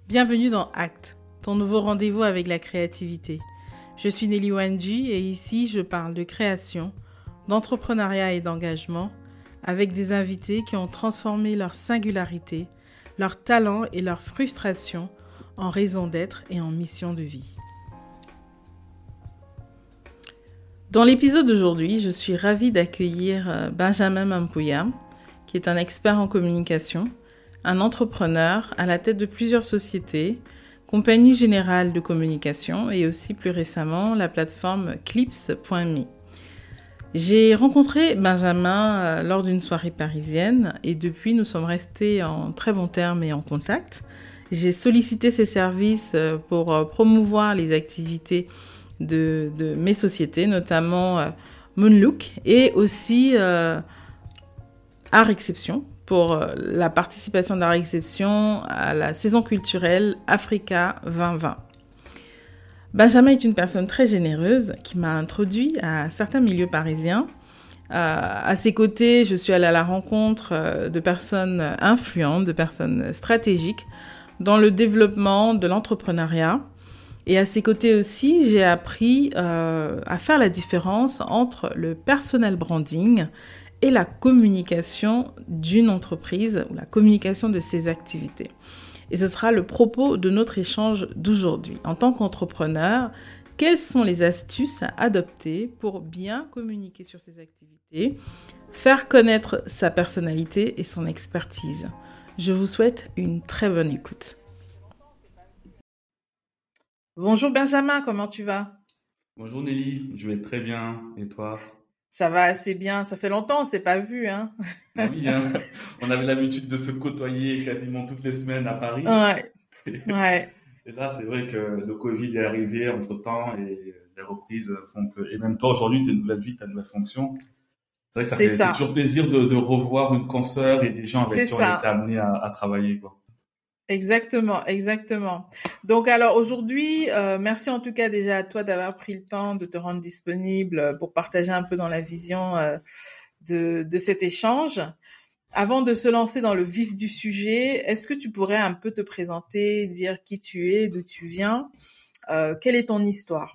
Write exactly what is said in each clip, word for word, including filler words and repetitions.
Bienvenue dans Acte, ton nouveau rendez-vous avec la créativité. Je suis Nelly Wanji et ici je parle de création, d'entrepreneuriat et d'engagement avec des invités qui ont transformé leur singularité, leur talent et leur frustration en raison d'être et en mission de vie. Dans l'épisode d'aujourd'hui, je suis ravie d'accueillir Benjamin Mampouya, qui est un expert en communication, un entrepreneur à la tête de plusieurs sociétés, Compagnie Générale de Communication et aussi plus récemment la plateforme clips point me. J'ai rencontré Benjamin lors d'une soirée parisienne et depuis nous sommes restés en très bons termes et en contact. J'ai sollicité ses services pour promouvoir les activités de, de mes sociétés, notamment Moonlook et aussi euh, Art Exception, pour la participation d'Art Exception à la saison culturelle Africa vingt vingt. Benjamin est une personne très généreuse qui m'a introduit à certains milieux parisiens. Euh, à ses côtés, je suis allée à la rencontre de personnes influentes, de personnes stratégiques dans le développement de l'entrepreneuriat. Et à ses côtés aussi, j'ai appris euh, à faire la différence entre le personal branding et la communication d'une entreprise ou la communication de ses activités. Et ce sera le propos de notre échange d'aujourd'hui. En tant qu'entrepreneur, quelles sont les astuces à adopter pour bien communiquer sur ses activités, faire connaître sa personnalité et son expertise? Je vous souhaite une très bonne écoute. Bonjour Benjamin, comment tu vas? Bonjour Nelly, je vais très bien. Et toi? Ça va assez bien, ça fait longtemps, on s'est pas vu, hein. Ah oui, hein. On avait l'habitude de se côtoyer quasiment toutes les semaines à Paris. Ouais, ouais. Et là, c'est vrai que le Covid est arrivé entre-temps et les reprises font que... Et même toi, aujourd'hui, tu as une nouvelle vie, tu as une nouvelle fonction. C'est vrai que ça C'est fait, ça. c'est toujours plaisir de, de revoir une consoeur et des gens avec C'est qui on ça. a été amené à, à travailler, quoi. Exactement, exactement. Donc alors aujourd'hui, euh, merci en tout cas déjà à toi d'avoir pris le temps de te rendre disponible pour partager un peu dans la vision euh, de, de cet échange. Avant de se lancer dans le vif du sujet, est-ce que tu pourrais un peu te présenter, dire qui tu es, d'où tu viens, euh, quelle est ton histoire?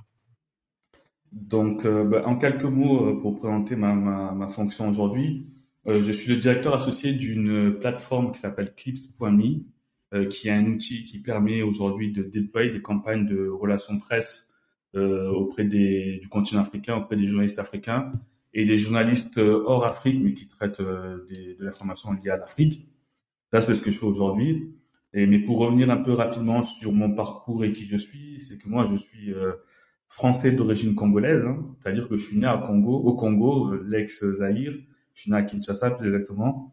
Donc, euh, bah, en quelques mots, euh, pour présenter ma, ma, ma fonction aujourd'hui, euh, je suis le directeur associé d'une plateforme qui s'appelle clips point me, euh, qui est un outil qui permet aujourd'hui de déployer des campagnes de relations presse euh, auprès des, du continent africain, auprès des journalistes africains et des journalistes euh, hors Afrique, mais qui traitent euh, des, de l'information liée à l'Afrique. Ça, c'est ce que je fais aujourd'hui. Et, mais pour revenir un peu rapidement sur mon parcours et qui je suis, c'est que moi, je suis euh, français d'origine congolaise, hein, c'est-à-dire que je suis né à Congo, au Congo, euh, l'ex-Zaïre. Je suis né à Kinshasa, plus exactement.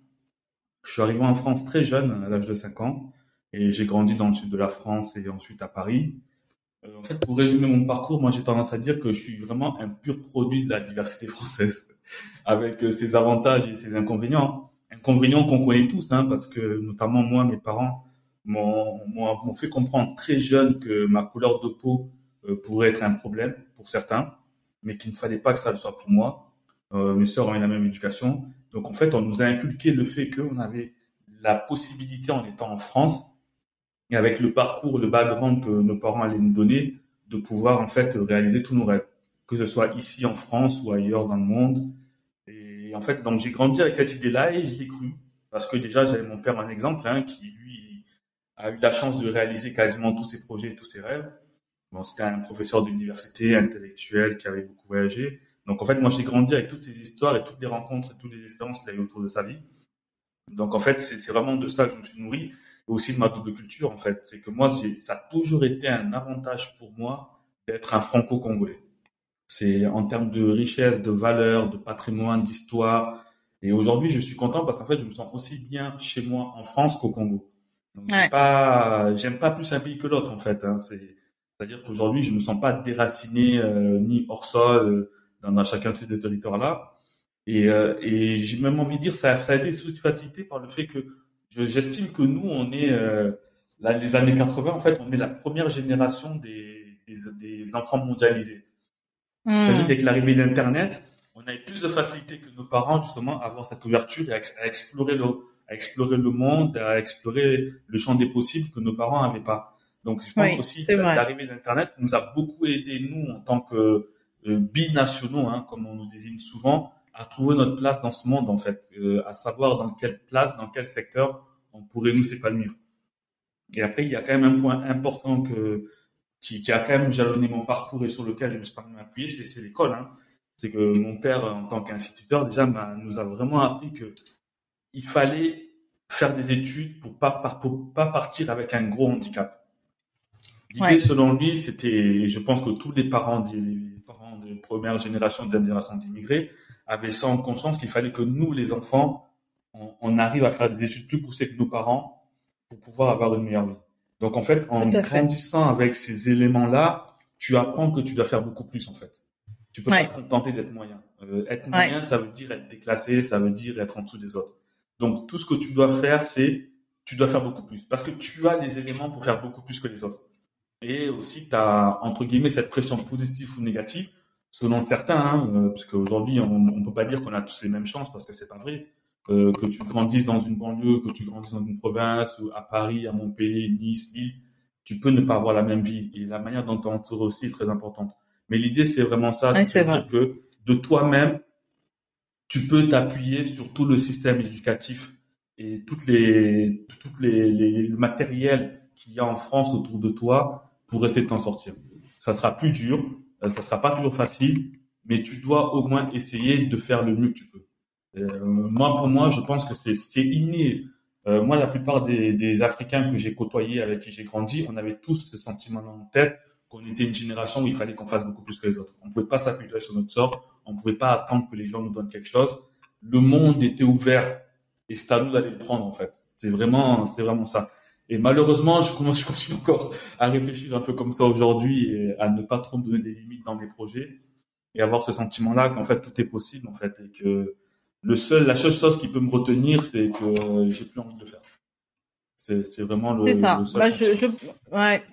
Je suis arrivé en France très jeune, à l'âge de cinq ans, et j'ai grandi dans le sud de la France et ensuite à Paris. Euh, en fait, pour résumer mon parcours, moi j'ai tendance à dire que je suis vraiment un pur produit de la diversité française, avec euh, ses avantages et ses inconvénients. Inconvénients qu'on connaît tous, hein, parce que notamment moi, mes parents m'ont, m'ont, m'ont fait comprendre très jeune que ma couleur de peau euh, pourrait être un problème pour certains, mais qu'il ne fallait pas que ça le soit pour moi. Euh, mes sœurs ont eu la même éducation. Donc en fait, on nous a inculqué le fait qu'on avait la possibilité en étant en France et avec le parcours, le background que nos parents allaient nous donner, de pouvoir en fait réaliser tous nos rêves, que ce soit ici en France ou ailleurs dans le monde. Et en fait, donc j'ai grandi avec cette idée-là et j'y ai cru. Parce que déjà, j'avais mon père en exemple, hein, qui lui a eu la chance de réaliser quasiment tous ses projets et tous ses rêves. Bon, c'était un professeur d'université, intellectuel, qui avait beaucoup voyagé. Donc en fait, moi j'ai grandi avec toutes ces histoires et toutes les rencontres et toutes les expériences qu'il a eues autour de sa vie. Donc en fait, c'est, c'est vraiment de ça que je me suis nourri, et aussi de ma double culture en fait. C'est que moi, j'ai, ça a toujours été un avantage pour moi d'être un franco-congolais. C'est en termes de richesse, de valeur, de patrimoine, d'histoire. Et aujourd'hui, je suis content parce qu'en fait, je me sens aussi bien chez moi en France qu'au Congo. Donc j'ai Ouais. pas, j'aime pas plus un pays que l'autre en fait. Hein. C'est, c'est-à-dire qu'aujourd'hui, je me sens pas déraciné euh, ni hors sol euh, dans, dans chacun de ces deux territoires-là. Et, euh, et j'ai même envie de dire ça, ça a été sous facilité par le fait que je- j'estime que nous, on est euh, là, les années quatre-vingts, en fait, on est la première génération des, des, des enfants mondialisés. C'est-à-dire Hmm. qu'avec l'arrivée d'Internet, on a eu plus de facilité que nos parents justement à avoir cette ouverture et à, ex- à explorer le, à explorer le monde, à explorer le champ des possibles que nos parents n'avaient pas. Donc, je pense Oui, aussi c'est vrai. l'arrivée d'Internet nous a beaucoup aidé, nous, en tant que euh, binationaux, hein, comme on nous désigne souvent, à trouver notre place dans ce monde, en fait, euh, à savoir dans quelle place, dans quel secteur on pourrait nous s'épanouir. Et après, il y a quand même un point important que, qui, qui a quand même jalonné mon parcours et sur lequel je me suis pas mal appuyé, c'est, c'est l'école, hein. C'est que mon père, en tant qu'instituteur, déjà, m'a, nous a vraiment appris que il fallait faire des études pour pas, pour pas partir avec un gros handicap. L'idée, Ouais, selon lui, c'était, et je pense que tous les parents des les parents de première génération, deuxième génération d'immigrés avaient ça en conscience qu'il fallait que nous, les enfants, on, on arrive à faire des études plus poussées que nos parents pour pouvoir avoir une meilleure vie. Donc, en fait, tout en à fait. grandissant avec ces éléments-là, tu apprends que tu dois faire beaucoup plus, en fait. Tu peux pas Ouais, te contenter d'être moyen. Euh, être ouais, moyen, ça veut dire être déclassé, ça veut dire être en dessous des autres. Donc, tout ce que tu dois faire, c'est, tu dois faire beaucoup plus. Parce que tu as les éléments pour faire beaucoup plus que les autres. Et aussi, tu as, entre guillemets, cette pression positive ou négative, selon certains, hein, euh, parce qu'aujourd'hui, on ne peut pas dire qu'on a tous les mêmes chances, parce que c'est pas vrai. Euh, que tu grandisses dans une banlieue, que tu grandisses dans une province, ou à Paris, à Montpellier, Nice, Lille, tu peux ne pas avoir la même vie. Et la manière dont tu es entouré aussi est très importante. Mais l'idée, c'est vraiment ça, ouais, c'est c'est de vrai. dire que de toi-même, tu peux t'appuyer sur tout le système éducatif et toutes les, toutes les, les, le matériel qu'il y a en France autour de toi pour essayer de t'en sortir. Ça sera plus dur, euh, ça sera pas toujours facile, mais tu dois au moins essayer de faire le mieux que tu peux. Euh, moi, pour moi, je pense que c'est, c'est inné. Euh, moi, la plupart des, des Africains que j'ai côtoyés, avec qui j'ai grandi, on avait tous ce sentiment en tête qu'on était une génération où il fallait qu'on fasse beaucoup plus que les autres. On ne pouvait pas s'appuyer sur notre sort, on ne pouvait pas attendre que les gens nous donnent quelque chose. Le monde était ouvert et c'est à nous d'aller le prendre, en fait. C'est vraiment, c'est vraiment ça. Et malheureusement, je commence, je continue encore à réfléchir un peu comme ça aujourd'hui et à ne pas trop me donner des limites dans mes projets et avoir ce sentiment-là qu'en fait tout est possible, en fait, et que le seul, la seule chose qui peut me retenir, c'est que j'ai plus envie de le faire. C'est, c'est vraiment C'est le, le ça. seul Bah, je, sentiment. je, ouais.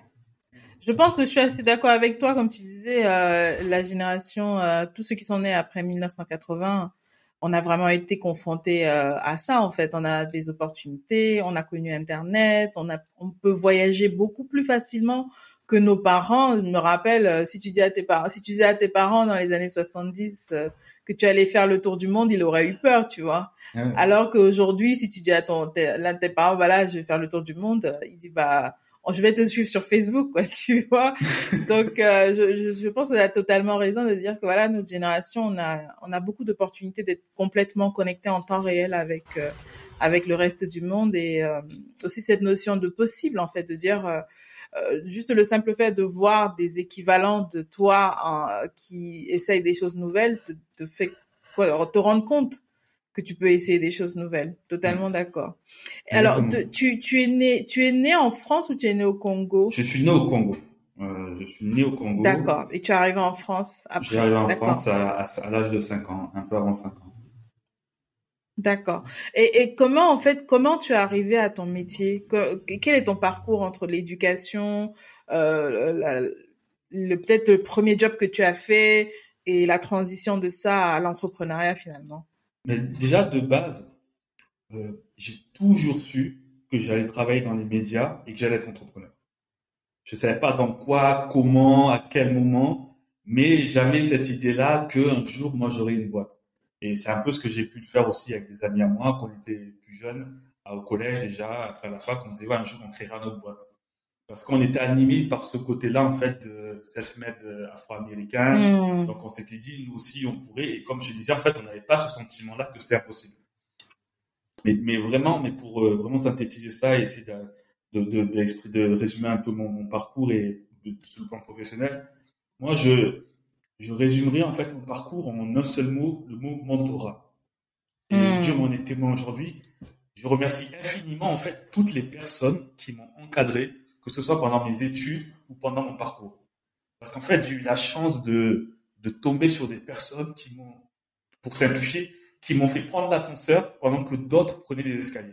Je pense que je suis assez d'accord avec toi, comme tu disais, euh, la génération, euh, tous ceux qui sont nés après mille neuf cent quatre-vingts, on a vraiment été confrontés euh, à ça en fait. On a des opportunités, on a connu Internet, on a, on peut voyager beaucoup plus facilement que nos parents. Je me rappelle, euh, si tu dis à tes parents, si tu disais à tes parents dans les années soixante-dix euh, que tu allais faire le tour du monde, ils auraient eu peur, tu vois. Ouais. Alors qu'aujourd'hui, si tu dis à ton, tes- l'un de tes parents, voilà, je vais faire le tour du monde, euh, il dit bah oh, je vais te suivre sur Facebook, quoi, tu vois. Donc, euh, je, je, je pense qu'on a totalement raison de dire que voilà, notre génération, on a, on a beaucoup d'opportunités d'être complètement connectés en temps réel avec, euh, avec le reste du monde et euh, aussi cette notion de possible, en fait, de dire euh, euh, juste le simple fait de voir des équivalents de toi hein, qui essayent des choses nouvelles te, te fait quoi, te rendre compte que tu peux essayer des choses nouvelles. Ouais. Totalement d'accord. Alors, Exactement. de, tu, tu es né, tu es né en France ou tu es né au Congo? Je suis né au Congo. Euh, je suis né au Congo. D'accord. Et tu es arrivé en France J'ai après. arrivé en France D'accord. à, à, à l'âge de cinq ans, un peu avant cinq ans. D'accord. Et, et comment, en fait, comment tu es arrivé à ton métier? Que- Quel est ton parcours entre l'éducation, euh, la- le, peut-être le premier job que tu as fait et la transition de ça à l'entrepreneuriat finalement? Mais déjà, de base, euh, j'ai toujours su que j'allais travailler dans les médias et que j'allais être entrepreneur. Je savais pas dans quoi, comment, à quel moment, mais j'avais cette idée-là qu'un jour, moi, j'aurais une boîte. Et c'est un peu ce que j'ai pu faire aussi avec des amis à moi quand on était plus jeunes, à- au collège déjà, après la fac, on se disait, ouais, un jour, on créera notre boîte. Parce qu'on était animé par ce côté-là, en fait, de self-made euh, afro-américain. Hmm. Donc, on s'était dit, nous aussi, on pourrait. Et comme je disais, en fait, on n'avait pas ce sentiment-là que c'était impossible. Mais, mais vraiment, mais pour euh, vraiment synthétiser ça et essayer de, de, de, de, de résumer un peu mon, mon parcours et de, sur le plan professionnel, moi, je, je résumerai en fait mon parcours en un seul mot, le mot mentorat. Et Dieu Hmm. m'en est témoin aujourd'hui. Je remercie infiniment en fait toutes les personnes qui m'ont encadré, que ce soit pendant mes études ou pendant mon parcours. Parce qu'en fait, j'ai eu la chance de, de tomber sur des personnes qui m'ont, pour simplifier, qui m'ont fait prendre l'ascenseur pendant que d'autres prenaient les escaliers.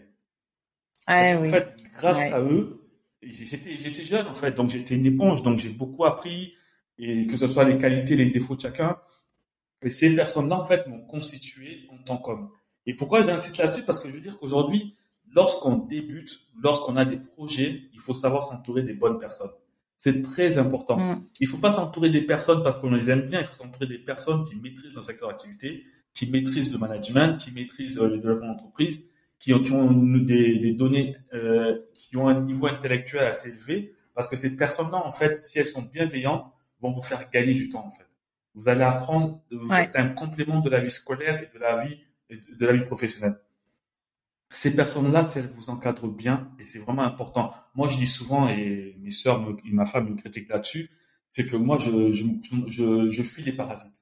Ah C'est-à-dire, en oui. fait, grâce Ouais. à eux, j'étais, j'étais jeune, en fait, donc j'étais une éponge, donc j'ai beaucoup appris, et que ce soit les qualités, les défauts de chacun. Et ces personnes-là, en fait, m'ont constitué en tant qu'homme. Et pourquoi j'insiste là-dessus? Parce que je veux dire qu'aujourd'hui, lorsqu'on débute, lorsqu'on a des projets, il faut savoir s'entourer des bonnes personnes. C'est très important. Mm. Il faut pas s'entourer des personnes parce qu'on les aime bien. Il faut s'entourer des personnes qui maîtrisent leur secteur d'activité, qui maîtrisent le management, qui maîtrisent le développement d'entreprise, qui ont, qui ont des, des données, euh, qui ont un niveau intellectuel assez élevé. Parce que ces personnes-là, en fait, si elles sont bienveillantes, vont vous faire gagner du temps, en fait. Vous allez apprendre. Ouais. C'est un complément de la vie scolaire et de la vie, de la vie professionnelle. Ces personnes-là, si elles vous encadrent bien, et c'est vraiment important. Moi, je dis souvent, et mes sœurs me, et ma femme me critiquent là-dessus, c'est que moi, je, je, je, je fuis les parasites.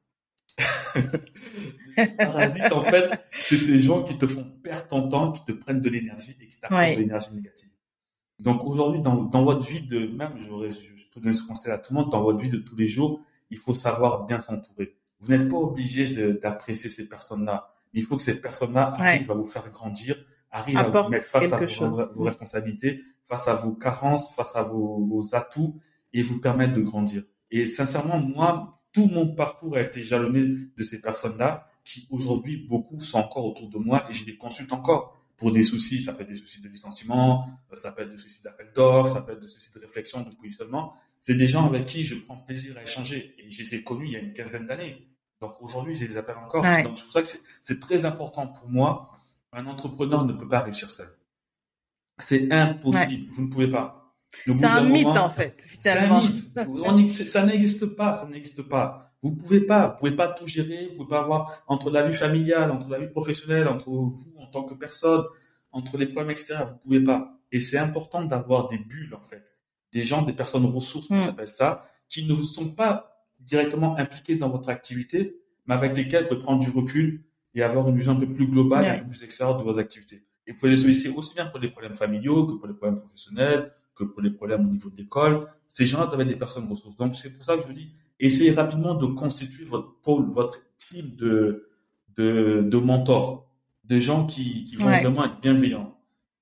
Les parasites, en fait, c'est ces gens qui te font perdre ton temps, qui te prennent de l'énergie et qui t'apportent ouais. de l'énergie négative. Donc, aujourd'hui, dans, dans votre vie de, même, je, je, je te donne ce conseil à tout le monde, dans votre vie de tous les jours, il faut savoir bien s'entourer. Vous n'êtes pas obligé de, d'apprécier ces personnes-là. Il faut que ces personnes-là arrivent ouais. à vous faire grandir, arrivent à vous mettre face à vos, vos responsabilités, face à vos carences, face à vos, vos atouts et vous permettre de grandir. Et sincèrement, moi, tout mon parcours a été jalonné de ces personnes-là qui aujourd'hui, beaucoup sont encore autour de moi et je les consulte encore pour des soucis. Ça peut être des soucis de licenciement, ça peut être des soucis d'appel d'offres, ça peut être des soucis de réflexion, de positionnement. C'est des gens avec qui je prends plaisir à échanger et je les ai connus il y a une quinzaine d'années. Donc aujourd'hui, je les appelle encore. Ouais. Donc c'est pour ça que c'est, c'est très important pour moi. Un entrepreneur ne peut pas réussir seul. C'est impossible. Ouais. Vous ne pouvez pas. C'est un mythe, moment, en fait, finalement. C'est un mythe. On y, ça n'existe pas. Ça n'existe pas. Vous pouvez pas. Vous pouvez pas tout gérer. Vous pouvez pas avoir entre la vie familiale, entre la vie professionnelle, entre vous en tant que personne, entre les problèmes extérieurs. Vous pouvez pas. Et c'est important d'avoir des bulles, en fait. Des gens, des personnes ressources, mmh. on appelle ça, qui ne vous sont pas directement impliqués dans votre activité, mais avec lesquels vous pouvez prendre du recul et avoir une vision un peu plus globale, ouais. un peu plus extérieure de vos activités. Et vous pouvez les solliciter aussi bien pour les problèmes familiaux que pour les problèmes professionnels, que pour les problèmes au niveau de l'école. Ces gens-là doivent être des personnes ressources. Donc, c'est pour ça que je vous dis, essayez rapidement de constituer votre pôle, votre team de, de, de mentors, de gens qui, qui vont ouais. vraiment être bienveillants.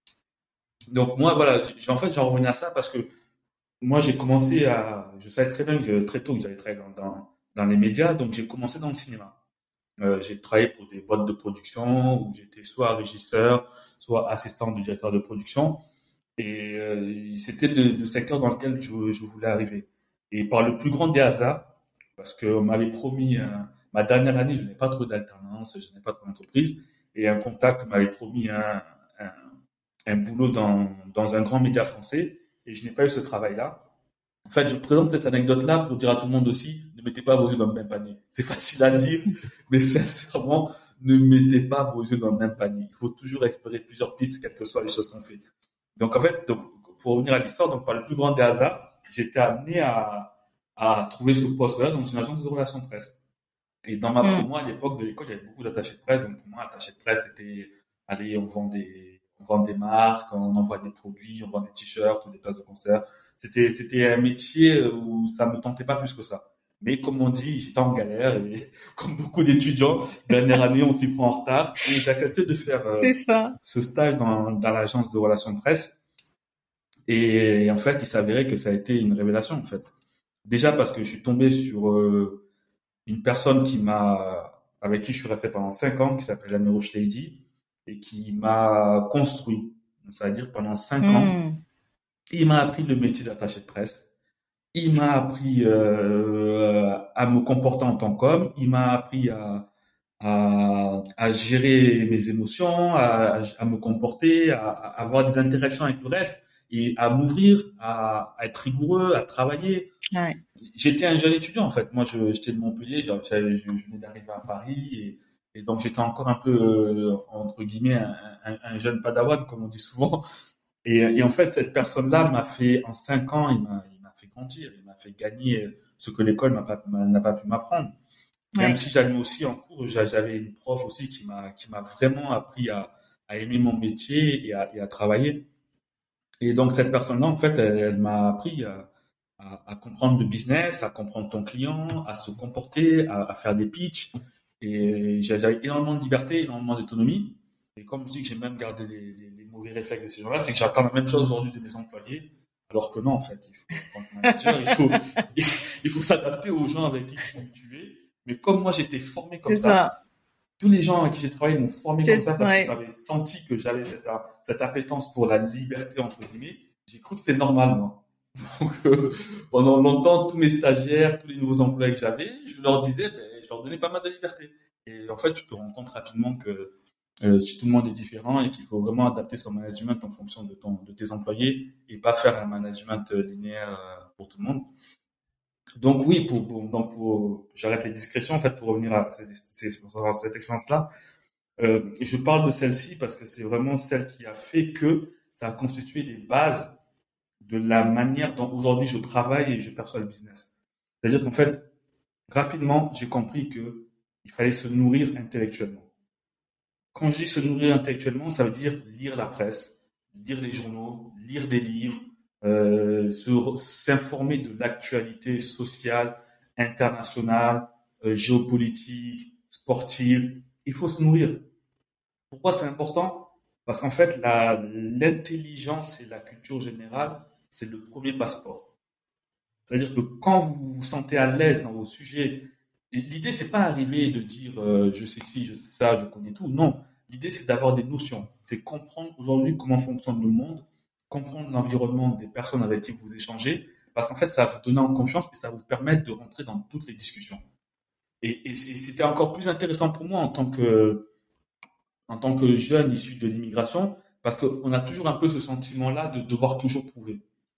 Donc, moi, voilà, j'ai, en fait, j'en revenais à ça parce que moi, j'ai commencé à, je savais très bien que très tôt que j'allais travailler dans, dans, dans les médias, donc j'ai commencé dans le cinéma. Euh, j'ai travaillé pour des boîtes de production où j'étais soit régisseur, soit assistant du directeur de production. Et euh, c'était le, le secteur dans lequel je, je voulais arriver. Et par le plus grand des hasards, parce qu'on m'avait promis, euh, ma dernière année, je n'ai pas trop d'alternance, je n'ai pas trop d'entreprise, et un contact m'avait promis un, un, un boulot dans, dans un grand média français, et je n'ai pas eu ce travail-là. En fait, je présente cette anecdote-là pour dire à tout le monde aussi, ne mettez pas vos yeux dans le même panier. C'est facile à dire, mais sincèrement, ne mettez pas vos yeux dans le même panier. Il faut toujours explorer plusieurs pistes, quelles que soient les choses qu'on fait. Donc, en fait, donc, pour revenir à l'histoire, donc, par le plus grand des hasards, j'ai été amené à, à trouver ce poste-là dans une agence de relations presse. Et dans ma promo, à l'époque de l'école, il y avait beaucoup d'attachés de presse. Donc, pour moi, attaché de presse, c'était, allez, on vend des, on vend des marques, on envoie des produits, on vend des t-shirts ou des places de concert. C'était, c'était un métier où ça me tentait pas plus que ça. Mais comme on dit, j'étais en galère et comme beaucoup d'étudiants, dernière année, on s'y prend en retard. Et j'ai accepté de faire euh, C'est ça. ce stage dans, dans l'agence de relations de presse. Et, et en fait, il s'avérait que ça a été une révélation, en fait. Déjà parce que je suis tombé sur euh, une personne qui m'a, avec qui je suis resté pendant cinq ans, qui s'appelle Amiro Shleidi, et qui m'a construit. Ça veut dire pendant cinq mmh. ans, il m'a appris le métier d'attaché de presse. Il m'a appris euh, à me comporter en tant qu'homme. Il m'a appris à, à, à gérer mes émotions, à, à me comporter, à, à avoir des interactions avec le reste et à m'ouvrir, à, à être rigoureux, à travailler. Ouais. J'étais un jeune étudiant en fait. Moi, je, j'étais de Montpellier, je, je, je venais d'arriver à Paris et, et donc j'étais encore un peu euh, entre guillemets un, un, un jeune padawan comme on dit souvent. Et, et en fait, cette personne-là m'a fait en cinq ans, il m'a fait grandir, il m'a fait gagner ce que l'école m'a pas, n'a pas pu m'apprendre. Ouais. Même si j'allais aussi en cours, j'avais une prof aussi qui m'a, qui m'a vraiment appris à, à aimer mon métier et à, et à travailler. Et donc, cette personne-là, en fait, elle, elle m'a appris à, à, à comprendre le business, à comprendre ton client, à se comporter, à, à faire des pitchs. Et j'avais énormément de liberté, énormément d'autonomie. Et comme je dis que j'ai même gardé les, les, les mauvais réflexes de ces gens-là, c'est que j'attends la même chose aujourd'hui de mes employés. Alors que non, en fait, il faut, en tant que manager, il faut, il, il faut s'adapter aux gens avec qui tu es. Mais comme moi, j'étais formé comme ça, ça, tous les gens avec qui j'ai travaillé m'ont formé comme Just, ça parce ouais. qu'ils avaient senti que j'avais cette, cette appétence pour la liberté, entre guillemets. J'ai cru que c'était normal, moi. Donc, euh, pendant longtemps, tous mes stagiaires, tous les nouveaux employés que j'avais, je leur disais, ben, je leur donnais pas mal de liberté. Et en fait, tu te rends compte rapidement que euh, si tout le monde est différent et qu'il faut vraiment adapter son management en fonction de, ton, de tes employés et pas faire un management linéaire euh, pour tout le monde. Donc oui, pour, pour, donc pour, j'arrête les discrétions en fait pour revenir à cette, cette, cette expérience-là. Euh, je parle de celle-ci parce que c'est vraiment celle qui a fait que ça a constitué les bases de la manière dont aujourd'hui je travaille et je perçois le business. C'est-à-dire qu'en fait, rapidement, j'ai compris que il fallait se nourrir intellectuellement. Quand je dis se nourrir intellectuellement, ça veut dire lire la presse, lire les journaux, lire des livres, euh, se, s'informer de l'actualité sociale, internationale, euh, géopolitique, sportive. Il faut se nourrir. Pourquoi c'est important? Parce qu'en fait, la, l'intelligence et la culture générale, c'est le premier passeport. C'est-à-dire que quand vous vous sentez à l'aise dans vos sujets, l'idée, c'est pas arriver de dire euh, je sais ci, je sais ça, je connais tout. Non, l'idée, c'est d'avoir des notions. C'est comprendre aujourd'hui comment fonctionne le monde, comprendre l'environnement des personnes avec qui vous échangez, parce qu'en fait, ça va vous donner en confiance et ça va vous permettre de rentrer dans toutes les discussions. Et, et, et c'était encore plus intéressant pour moi en tant que en tant que jeune issu de l'immigration, parce qu'on a toujours un peu ce sentiment-là de devoir toujours prouver,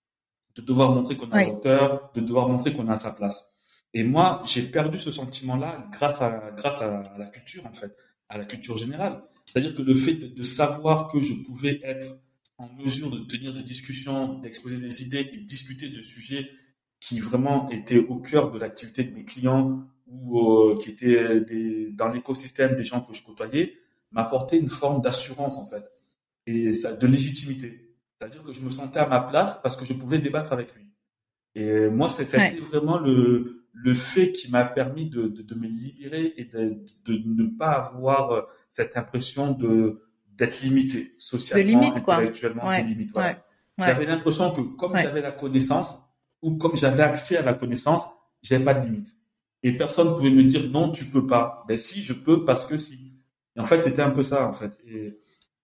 de devoir montrer qu'on a oui. la hauteur, de devoir montrer qu'on est à sa place. Et moi, j'ai perdu ce sentiment-là grâce à, grâce à la culture, en fait, à la culture générale. C'est-à-dire que le fait de, de savoir que je pouvais être en mesure de tenir des discussions, d'exposer des idées et de discuter de sujets qui vraiment étaient au cœur de l'activité de mes clients ou euh, qui étaient des, dans l'écosystème des gens que je côtoyais, m'apportait une forme d'assurance, en fait, et ça, de légitimité. C'est-à-dire que je me sentais à ma place parce que je pouvais débattre avec lui. Et moi, c'est, ça a été ouais. vraiment le, le fait qui m'a permis de, de, de me libérer et de, de ne pas avoir cette impression de, d'être limité socialement, de limite, intellectuellement, quoi. Ouais. de limite. Voilà. Ouais. J'avais l'impression que comme ouais. j'avais la connaissance ou comme j'avais accès à la connaissance, j'avais pas de limite. Et personne pouvait me dire non, tu peux pas. Ben si, je peux parce que si. Et en fait, c'était un peu ça, en fait. Et,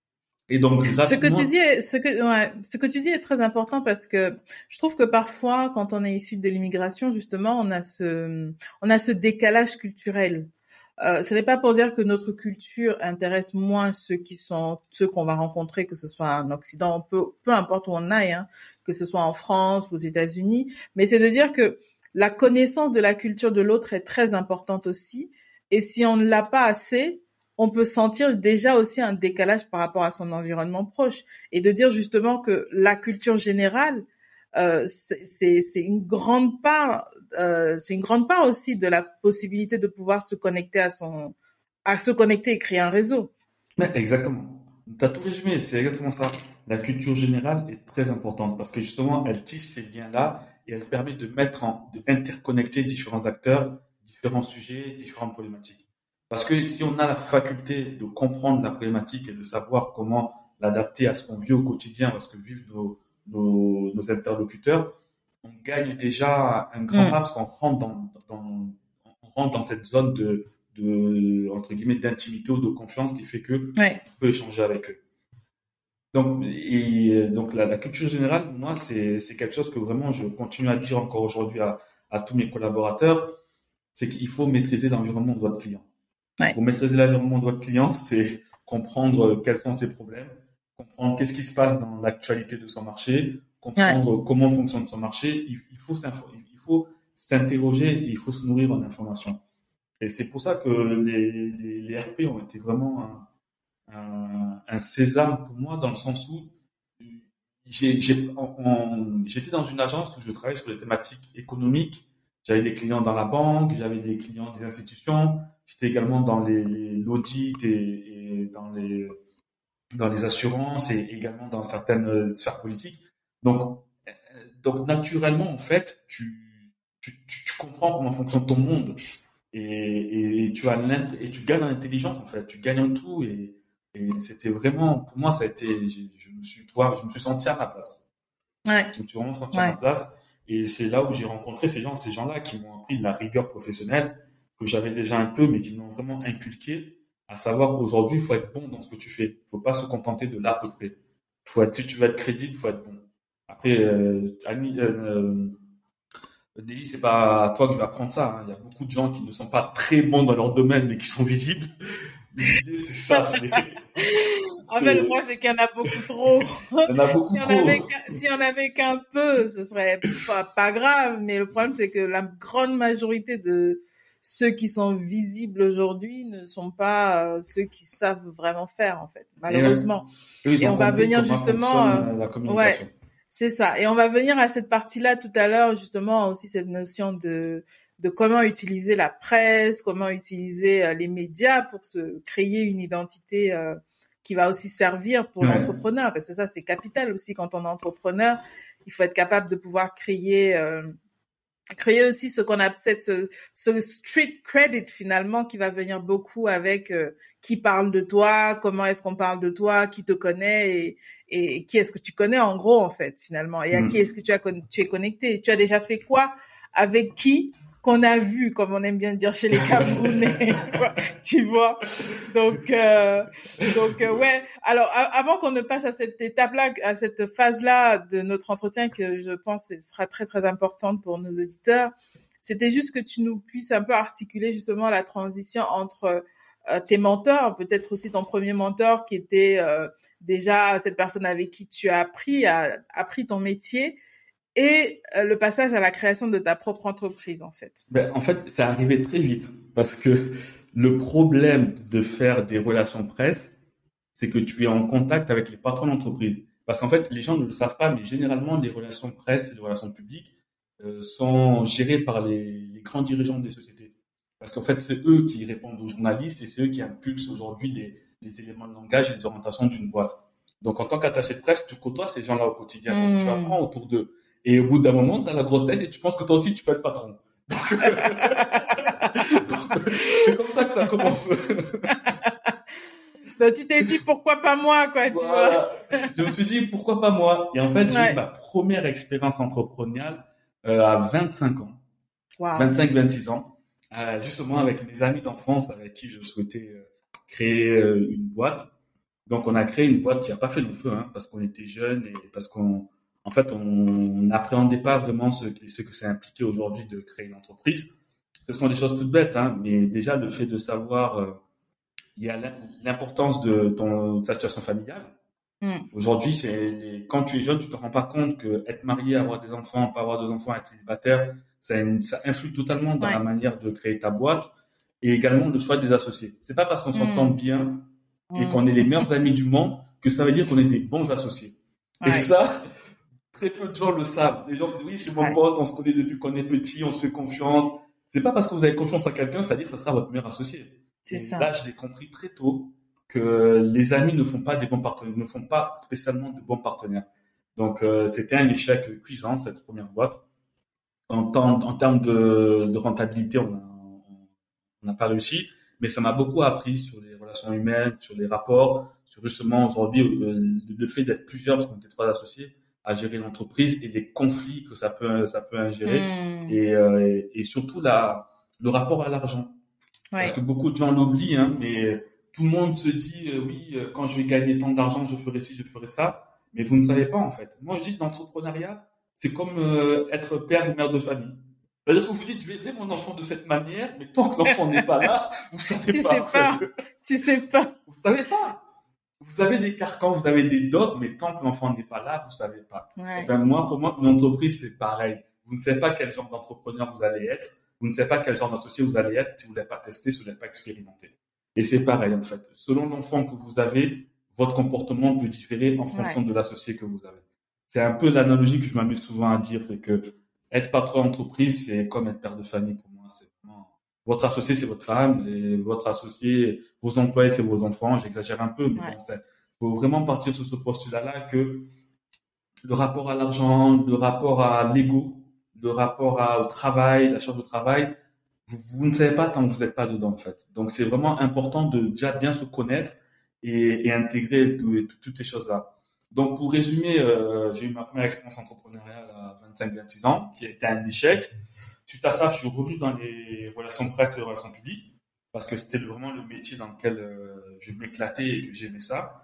et donc, rapidement... ce que tu dis, est, ce que, ouais, ce que tu dis est très important parce que je trouve que parfois, quand on est issu de l'immigration, justement, on a ce, on a ce décalage culturel. Euh, ce n'est pas pour dire que notre culture intéresse moins ceux qui sont, ceux qu'on va rencontrer, que ce soit en Occident, peu, peu importe où on aille, hein, que ce soit en France, aux États-Unis, mais c'est de dire que la connaissance de la culture de l'autre est très importante aussi. Et si on ne l'a pas assez, on peut sentir déjà aussi un décalage par rapport à son environnement proche. Et de dire justement que la culture générale, euh, c'est, c'est, c'est une grande part, euh, c'est une grande part aussi de la possibilité de pouvoir se connecter à son, à se connecter et créer un réseau. Mais exactement. T'as tout résumé, c'est exactement ça. La culture générale est très importante parce que justement, elle tisse ces liens-là et elle permet de mettre en, de interconnecter différents acteurs, différents sujets, différentes problématiques. Parce que si on a la faculté de comprendre la problématique et de savoir comment l'adapter à ce qu'on vit au quotidien, à ce que vivent nos, nos, nos interlocuteurs, on gagne déjà un grand pas mmh. parce qu'on rentre dans, dans, on rentre dans cette zone de, de, entre guillemets, d'intimité ou de confiance qui fait que ouais. on peut échanger avec eux. Donc, et, donc la, la culture générale, moi, c'est, c'est quelque chose que vraiment je continue à dire encore aujourd'hui à, à tous mes collaborateurs, c'est qu'il faut maîtriser l'environnement de votre client. Ouais. Pour maîtriser l'environnement de votre client, c'est comprendre quels sont ses problèmes, comprendre qu'est-ce qui se passe dans l'actualité de son marché, comprendre ouais. comment fonctionne son marché. Il, il, faut il faut s'interroger et il faut se nourrir en information. Et c'est pour ça que les, les, les R P ont été vraiment un, un, un sésame pour moi, dans le sens où j'ai, j'ai, on, on, j'étais dans une agence où je travaillais sur les thématiques économiques. J'avais des clients dans la banque, j'avais des clients des institutions, j'étais également dans les, les, l'audit et, et dans, les, dans les assurances et également dans certaines sphères politiques. Donc, donc naturellement, en fait, tu, tu, tu, tu comprends comment fonctionne ton monde et, et, et, tu, as et tu gagnes en intelligence, en fait, tu gagnes en tout. Et, et c'était vraiment, pour moi, ça a été, je, je, me suis, toi, je me suis senti à ma place. Ouais. Je me suis vraiment senti ouais. à ma place. Et c'est là où j'ai rencontré ces gens, ces gens-là qui m'ont appris la rigueur professionnelle que j'avais déjà un peu, mais qui m'ont vraiment inculqué À savoir, aujourd'hui, il faut être bon dans ce que tu fais. Il faut pas se contenter de l'à peu près. Faut être, si tu veux être crédible, il faut être bon. Après, euh, Annie, euh, euh, Nelly, c'est pas à toi que je vais apprendre ça, hein. Il y a beaucoup de gens qui ne sont pas très bons dans leur domaine, mais qui sont visibles. L'idée, c'est ça, c'est, En fait, le c'est, problème, c'est qu'il y en a beaucoup trop. il y en a beaucoup Si on trop. avait, qu'un- si on avait qu'un peu, ce serait pas, pas grave. Mais le problème, c'est que la grande majorité de ceux qui sont visibles aujourd'hui ne sont pas euh, ceux qui savent vraiment faire, en fait, Et euh, malheureusement. eux, ils Et ont on va compris venir comment justement, fonctionne euh, euh, la ouais, communication. c'est ça. Et on va venir à cette partie-là tout à l'heure, justement, aussi cette notion de de comment utiliser la presse, comment utiliser euh, les médias pour se créer une identité euh, qui va aussi servir pour Ouais. l'entrepreneur. Parce que ça, c'est capital aussi quand on est entrepreneur. Il faut être capable de pouvoir créer euh, créer aussi ce qu'on appelle cette, ce street credit finalement qui va venir beaucoup avec euh, qui parle de toi, comment est-ce qu'on parle de toi, qui te connaît et, et qui est-ce que tu connais en gros en fait finalement et à qui Mm. est-ce que tu as tu es connecté. Tu as déjà fait quoi avec qui qu'on a vu, comme on aime bien dire chez les Camerounais, quoi, tu vois. Donc, euh, donc euh, ouais. Alors, a- avant qu'on ne passe à cette étape-là, à cette phase-là de notre entretien, que je pense sera très très importante pour nos auditeurs, c'était juste que tu nous puisses un peu articuler justement la transition entre euh, tes mentors, peut-être aussi ton premier mentor qui était euh, déjà cette personne avec qui tu as appris, a appris ton métier et euh, le passage à la création de ta propre entreprise, en fait. Ben, en fait, c'est arrivé très vite parce que le problème de faire des relations presse, c'est que tu es en contact avec les patrons d'entreprise. Parce qu'en fait, les gens ne le savent pas, mais généralement, les relations presse et les relations publiques euh, sont gérées par les, les grands dirigeants des sociétés. Parce qu'en fait, c'est eux qui répondent aux journalistes et c'est eux qui impulsent aujourd'hui les, les éléments de langage et les orientations d'une boîte. Donc, en tant qu'attaché de presse, tu côtoies ces gens-là au quotidien. Donc, tu Hmm. apprends autour d'eux. Et au bout d'un moment, tu as la grosse tête et tu penses que toi aussi, tu peux être patron. Donc, donc, c'est comme ça que ça commence. Donc tu t'es dit pourquoi pas moi, quoi, tu vois. Voilà. Je me suis dit, pourquoi pas moi? Et en fait, j'ai eu Ouais. ma première expérience entrepreneuriale euh, à vingt-cinq ans, Wow. vingt-cinq vingt-six ans, euh, justement avec mes amis d'enfance avec qui je souhaitais euh, créer euh, une boîte. Donc, on a créé une boîte qui n'a pas fait long feu, hein, parce qu'on était jeunes et parce qu'on, en fait, on n'appréhendait pas vraiment ce, ce que c'est impliqué aujourd'hui de créer une entreprise. Ce sont des choses toutes bêtes, hein, mais déjà le fait de savoir, euh, il y a l'importance de ton de ta situation familiale. Mm. Aujourd'hui, c'est les, quand tu es jeune, tu te rends pas compte que être marié, avoir des enfants, pas avoir des enfants, être célibataire, ça, ça influe totalement dans Ouais. la manière de créer ta boîte et également le choix des associés. C'est pas parce qu'on s'entend Mm. bien et Mm. qu'on est les meilleurs amis du monde que ça veut dire qu'on est des bons associés. Ouais. Et ça, très peu de gens le savent. Les gens se disent oui, c'est mon Ouais. pote, on se connaît depuis qu'on est petit, on se fait confiance. C'est pas parce que vous avez confiance en quelqu'un, ça veut dire que ça sera votre meilleur associé. C'est Et ça. là, je l'ai compris très tôt que les amis ne font pas des bons partenaires, ne font pas spécialement de bons partenaires. Donc, euh, c'était un échec cuisant, cette première boîte. En, temps, en termes de, de rentabilité, on n'a on n'a pas réussi, mais ça m'a beaucoup appris sur les relations humaines, sur les rapports, sur justement aujourd'hui euh, le fait d'être plusieurs, parce qu'on était trois associés, à gérer l'entreprise et les conflits que ça peut ça peut ingérer Mm. et, euh, et, et surtout la le rapport à l'argent. Ouais. Parce que beaucoup de gens l'oublient, hein, mais tout le monde se dit euh, oui, euh, quand je vais gagner tant d'argent, je ferai ci, je ferai ça, mais vous ne savez pas en fait. Moi, je dis l'entrepreneuriat, c'est comme euh, être père ou mère de famille. C'est-à-dire que vous dites, je vais aider mon enfant de cette manière, mais tant que l'enfant n'est pas là, vous savez Tu pas. sais En pas. fait. Tu sais pas. Vous savez pas. Vous avez des carcans, vous avez des dogmes, mais tant que l'enfant n'est pas là, vous savez pas. Ouais. Et ben moi, pour moi, une entreprise, c'est pareil. Vous ne savez pas quel genre d'entrepreneur vous allez être. Vous ne savez pas quel genre d'associé vous allez être si vous ne l'avez pas testé, si vous ne l'avez pas expérimenté. Et c'est pareil, en fait. Selon l'enfant que vous avez, votre comportement peut différer en fonction Ouais. de l'associé que vous avez. C'est un peu l'analogie que je m'amuse souvent à dire, c'est que être patron d'entreprise, c'est comme être père de famille pour moi. C'est vraiment, votre associé, c'est votre femme, et votre associé, vos employés, c'est vos enfants. J'exagère un peu, mais Ouais. bon, c'est, faut vraiment partir sur ce postulat-là que le rapport à l'argent, le rapport à l'ego, le rapport à, au travail, la charge de travail, vous, vous ne savez pas tant que vous n'êtes pas dedans, en fait. Donc, c'est vraiment important de déjà bien se connaître et, et intégrer tout- tout- toutes ces choses-là. Donc, pour résumer, euh, j'ai eu ma première expérience entrepreneuriale à vingt-cinq vingt-six ans, qui a été un échec. Suite à ça, je suis revenu dans les relations presse et les relations publiques. parce que c'était vraiment le métier dans lequel euh, je m'éclatais et que j'aimais ça.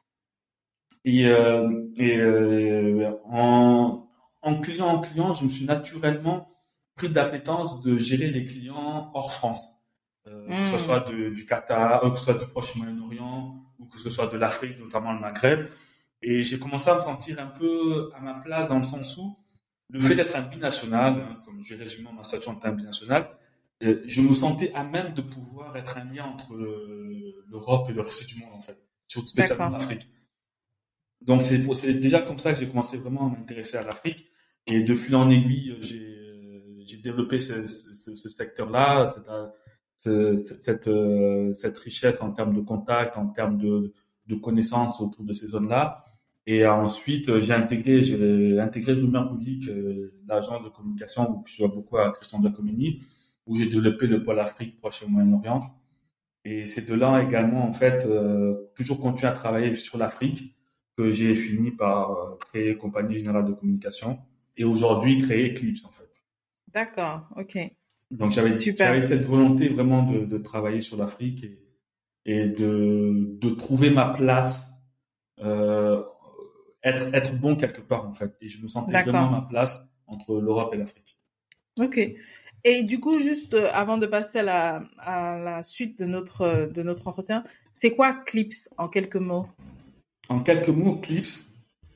Et, euh, et euh, en, en client en client, je me suis naturellement pris d'appétence de gérer les clients hors France, euh, que ce soit Hmm. de, du Qatar, euh, que ce soit du Proche Moyen-Orient ou que ce soit de l'Afrique, notamment le Maghreb. Et j'ai commencé à me sentir un peu à ma place dans le sens où le fait d'être un binational, hein, comme j'ai résumé ma statut en tant que binational, euh, je me sentais à même de pouvoir être un lien entre le- l'Europe et le reste du monde, en fait, surtout spécialement D'accord. l'Afrique. Donc c'est pour- c'est déjà comme ça que j'ai commencé vraiment à m'intéresser à l'Afrique. Et de fil en aiguille, j'ai euh, j'ai développé ce, ce, ce secteur-là, cette, euh, ce- cette, euh, cette richesse en termes de contacts, en termes de, de connaissances autour de ces zones-là. Et ensuite, euh, j'ai intégré, j'ai intégré Rumeur Public, euh, l'agence de communication où je joue beaucoup à Christian Giacomini, où j'ai développé le pôle Afrique, Proche et Moyen-Orient. Et c'est de là également, en fait, euh, toujours continuer à travailler sur l'Afrique, que j'ai fini par euh, créer Compagnie Générale de Communication et aujourd'hui créer Eclipse, en fait. D'accord. Ok. Donc j'avais j'avais Super. cette volonté vraiment de, de travailler sur l'Afrique et, et de, de trouver ma place, euh, être, être bon quelque part, en fait. Et je me sentais vraiment D'accord. ma place entre l'Europe et l'Afrique. Ok. Et du coup, juste euh, avant de passer à la, à la suite de notre, euh, de notre entretien, c'est quoi Clips en quelques mots? En quelques mots, Eclipse,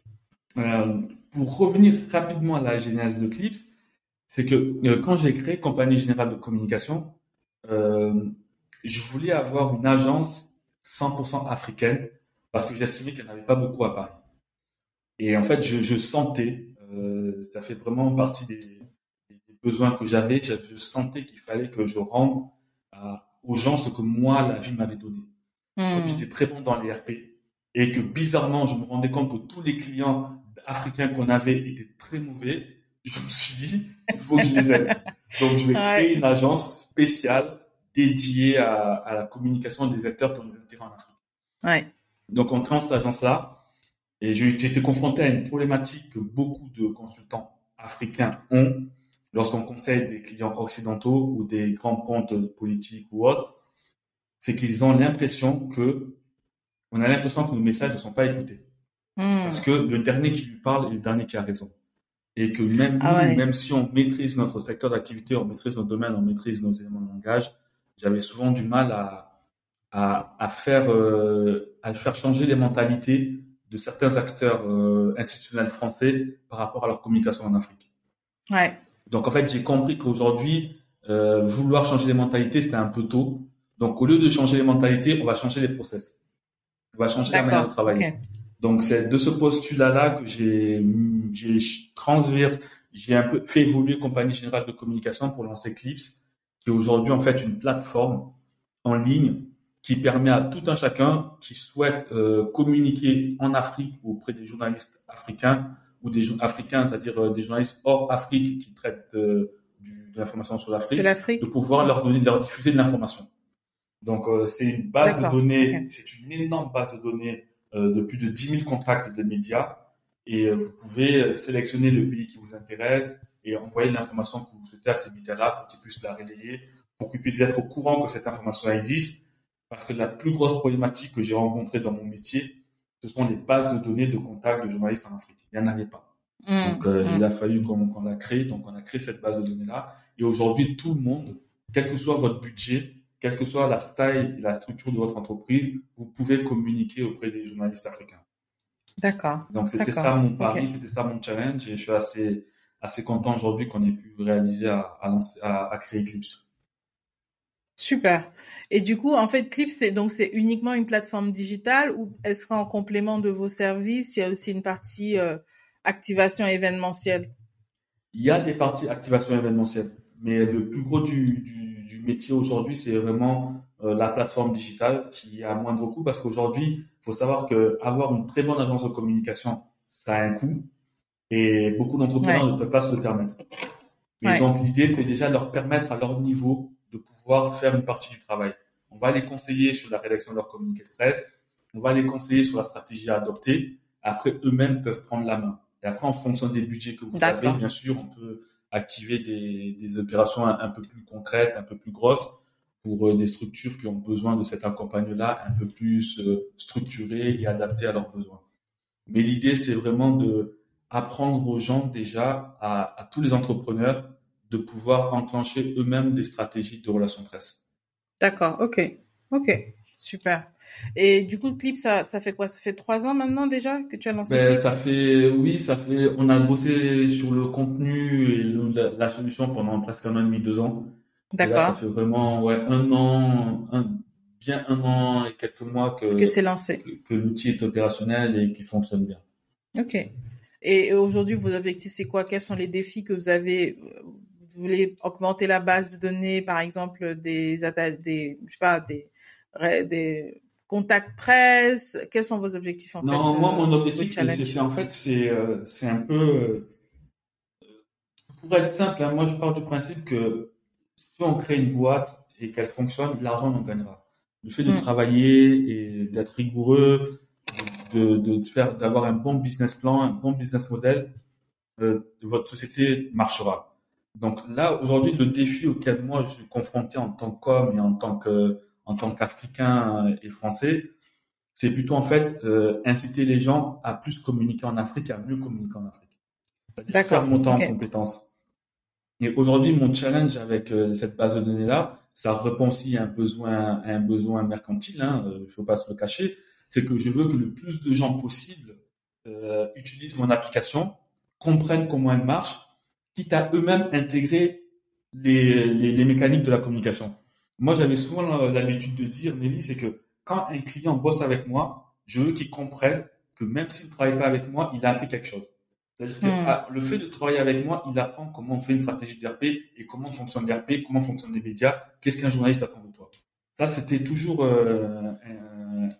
euh, pour revenir rapidement à la genèse de Eclipse, c'est que euh, quand j'ai créé Compagnie Générale de Communication, euh, je voulais avoir une agence cent pour cent africaine parce que j'estimais qu'il n'y en avait pas beaucoup à Paris. Et en fait, je, je sentais, euh, ça fait vraiment partie des, des besoins que j'avais, je, je sentais qu'il fallait que je rende à- aux gens ce que moi, la vie m'avait donné. Comme j'étais Hmm. très bon dans les R P et que bizarrement, je me rendais compte que tous les clients africains qu'on avait étaient très mauvais, je me suis dit, il faut que je les aide. Donc, je vais créer Ouais. une agence spéciale dédiée à, à la communication des acteurs qui ont des intérêts en Afrique. Ouais. Donc, on crée cette agence-là et j'ai j'ai été confronté à une problématique que beaucoup de consultants africains ont lorsqu'on conseille des clients occidentaux ou des grands comptes politiques ou autres, c'est qu'ils ont l'impression que on a l'impression que nos messages ne sont pas écoutés. Parce Hmm. que le dernier qui lui parle est le dernier qui a raison. Et que même Ah nous, ouais. même si on maîtrise notre secteur d'activité, on maîtrise notre domaine, on maîtrise nos éléments de langage, j'avais souvent du mal à, à, à faire, euh, à faire changer les mentalités de certains acteurs euh, institutionnels français par rapport à leur communication en Afrique. Ouais. Donc en fait, j'ai compris qu'aujourd'hui, euh, vouloir changer les mentalités, c'était un peu tôt. Donc au lieu de changer les mentalités, on va changer les process. On va changer la manière de D'accord. Ok. travailler. Donc c'est de ce postulat-là que j'ai j'ai transverse, j'ai un peu fait évoluer Compagnie Générale de Communication pour lancer Clips, qui est aujourd'hui en fait une plateforme en ligne qui permet à tout un chacun qui souhaite euh, communiquer en Afrique auprès des journalistes africains ou des africains, c'est-à-dire euh, des journalistes hors Afrique qui traitent euh, du, de l'information sur De l'Afrique, de l'Afrique? pouvoir Hmm. leur donner, leur diffuser de l'information. Donc, euh, c'est une base de D'accord. Ok. données, c'est une énorme base de données euh, de plus de dix mille contacts de médias. Et euh, vous pouvez euh, sélectionner le pays qui vous intéresse et envoyer l'information que vous souhaitez à ces médias-là pour qu'ils puissent la relayer, pour qu'ils puissent être au courant que cette information existe. Parce que la plus grosse problématique que j'ai rencontrée dans mon métier, ce sont les bases de données de contacts de journalistes en Afrique. Il n'y en avait pas. Donc, Hmm. euh, il a Hmm. fallu qu'on qu'on la crée. Donc, on a créé cette base de données-là. Et aujourd'hui, tout le monde, quel que soit votre budget, quelle que soit la taille et la structure de votre entreprise, vous pouvez communiquer auprès des journalistes africains. D'accord. Donc, c'était D'accord. ça mon Ok. pari, c'était ça mon challenge. Et je suis assez, assez content aujourd'hui qu'on ait pu réaliser à, à, lancer, à, à créer Eclipse. Super. Et du coup, en fait, Clips, c'est donc c'est uniquement une plateforme digitale ou est-ce qu'en complément de vos services, il y a aussi une partie euh, activation événementielle? Il y a des parties activation événementielle, mais le plus gros du, du, du métier aujourd'hui, c'est vraiment euh, la plateforme digitale qui est à moindre coût parce qu'aujourd'hui, il faut savoir que avoir une très bonne agence de communication, ça a un coût et beaucoup d'entrepreneurs Ouais. ne peuvent pas se le permettre. Mais Ouais. donc l'idée, c'est déjà de leur permettre à leur niveau de pouvoir faire une partie du travail. On va les conseiller sur la rédaction de leur communiqué de presse, on va les conseiller sur la stratégie à adopter. Après, eux-mêmes peuvent prendre la main. Et après, en fonction des budgets que vous avez, D'accord. bien sûr, on peut activer des, des opérations un, un peu plus concrètes, un peu plus grosses, pour euh, des structures qui ont besoin de cet accompagnement-là un peu plus euh, structuré et adapté à leurs besoins. Mais l'idée, c'est vraiment de apprendre aux gens déjà, à, à tous les entrepreneurs, de pouvoir enclencher eux-mêmes des stratégies de relations presse. D'accord, ok, ok, super. Et du coup, Clips, ça, ça fait quoi? Ça fait trois ans maintenant déjà que tu as lancé Ben, ça Clips? fait, oui, ça fait, on a bossé sur le contenu et le- la, la solution pendant presque un an et demi, deux ans. Et là, ça D'accord, fait vraiment, ouais, un an, un, bien un an et quelques mois que que, c'est lancé. que, que l'outil est opérationnel et qu'il fonctionne bien. Ok. Et aujourd'hui, vos objectifs, c'est quoi? Quels sont les défis que vous avez? Vous voulez augmenter la base de données, par exemple, des, atta- des, je sais pas, des, ré- des contacts presse? Quels sont vos objectifs, en fait, Non, moi, euh, mon vos objectif, c'est, challenges? c'est en fait, c'est, euh, c'est un peu, euh, pour être simple, hein, moi, je pars du principe que si on crée une boîte et qu'elle fonctionne, l'argent, on en gagnera. Le fait de Hmm. travailler et d'être rigoureux, de, de faire, d'avoir un bon business plan, un bon business model, euh, votre société marchera. Donc là, aujourd'hui, le défi auquel moi je suis confronté en tant qu'homme et en tant que, en tant qu'Africain et Français, c'est plutôt en fait euh, inciter les gens à plus communiquer en Afrique, à mieux communiquer en Afrique. C'est-à-dire faire D'accord, monter en ok. compétences. Et aujourd'hui, mon challenge avec euh, cette base de données-là, ça répond aussi à un besoin, à un besoin mercantile, hein, euh, il ne faut pas se le cacher, c'est que je veux que le plus de gens possible euh, utilisent mon application, comprennent comment elle marche, quitte à eux-mêmes intégrer les, les, les mécaniques de la communication. Moi, j'avais souvent l'habitude de dire, Nelly, c'est que quand un client bosse avec moi, je veux qu'il comprenne que même s'il ne travaille pas avec moi, il a appris quelque chose. C'est-à-dire que Hmm. ah, le fait de travailler avec moi, il apprend comment on fait une stratégie de R P et comment fonctionne l'R P, comment fonctionnent les médias, qu'est-ce qu'un journaliste attend de toi. Ça, c'était toujours euh, un,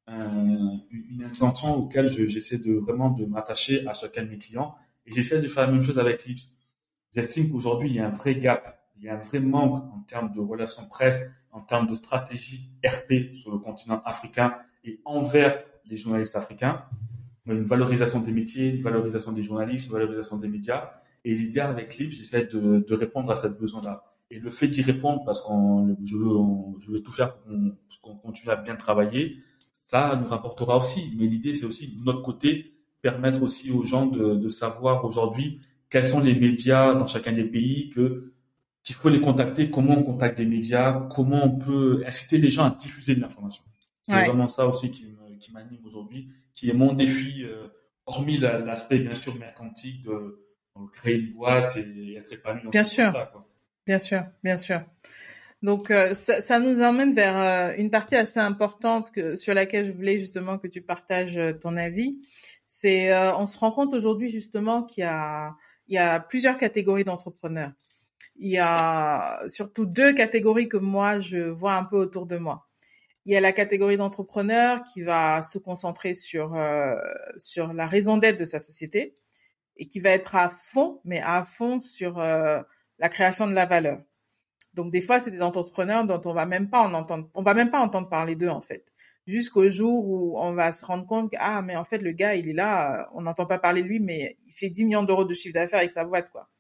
un, une intention auquel je, j'essaie de vraiment de m'attacher à chacun de mes clients et j'essaie de faire la même chose avec Clips. J'estime qu'aujourd'hui, il y a un vrai gap, il y a un vrai manque en termes de relations presse, en termes de stratégie R P sur le continent africain et envers les journalistes africains, une valorisation des métiers, une valorisation des journalistes, une valorisation des médias. Et l'idée avec Clip, j'essaie de, de répondre à cette besoin-là. Et le fait d'y répondre, parce qu'on je veux, on, je veux tout faire pour qu'on, pour qu'on continue à bien travailler, ça nous rapportera aussi. Mais l'idée, c'est aussi de notre côté permettre aussi aux gens de, de savoir aujourd'hui quels sont les médias dans chacun des pays, que qu'il faut les contacter, comment on contacte des médias, comment on peut inciter les gens à diffuser de l'information. C'est Ouais. vraiment ça aussi qui, me, qui m'anime aujourd'hui, qui est mon défi, euh, hormis la, l'aspect bien sûr mercantile de euh, créer une boîte et être épanoui dans Bien cette sûr, boîte-là, quoi. bien sûr, bien sûr. Donc, euh, ça, ça nous emmène vers euh, une partie assez importante que, sur laquelle je voulais justement que tu partages euh, ton avis. C'est, euh, on se rend compte aujourd'hui justement qu'il y a, il y a plusieurs catégories d'entrepreneurs. Il y a surtout deux catégories que moi je vois un peu autour de moi. Il y a la catégorie d'entrepreneur qui va se concentrer sur euh, sur la raison d'être de sa société et qui va être à fond, mais à fond sur euh, la création de la valeur. Donc des fois, c'est des entrepreneurs dont on va même pas en entendre, on va même pas entendre parler d'eux en fait, jusqu'au jour où on va se rendre compte que ah mais en fait le gars il est là, on n'entend pas parler de lui, mais il fait dix millions d'euros de chiffre d'affaires avec sa boîte quoi.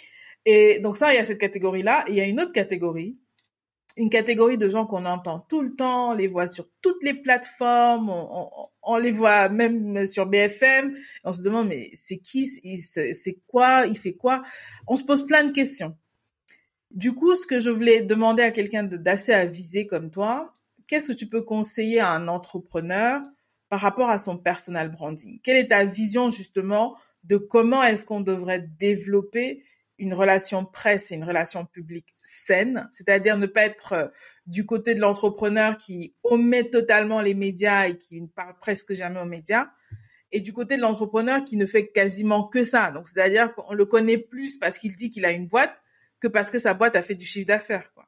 Et donc ça, il y a cette catégorie-là. Et il y a une autre catégorie, une catégorie de gens qu'on entend tout le temps, on les voit sur toutes les plateformes, on, on, on les voit même sur B F M. On se demande mais c'est qui, c'est quoi, il fait quoi. On se pose plein de questions. Du coup, ce que je voulais demander à quelqu'un d'assez avisé comme toi, qu'est-ce que tu peux conseiller à un entrepreneur par rapport à son personal branding? Quelle est ta vision justement de comment est-ce qu'on devrait développer une relation presse et une relation publique saine, c'est-à-dire ne pas être du côté de l'entrepreneur qui omet totalement les médias et qui ne parle presque jamais aux médias, et du côté de l'entrepreneur qui ne fait quasiment que ça. Donc, c'est-à-dire qu'on le connaît plus parce qu'il dit qu'il a une boîte que parce que sa boîte a fait du chiffre d'affaires, quoi.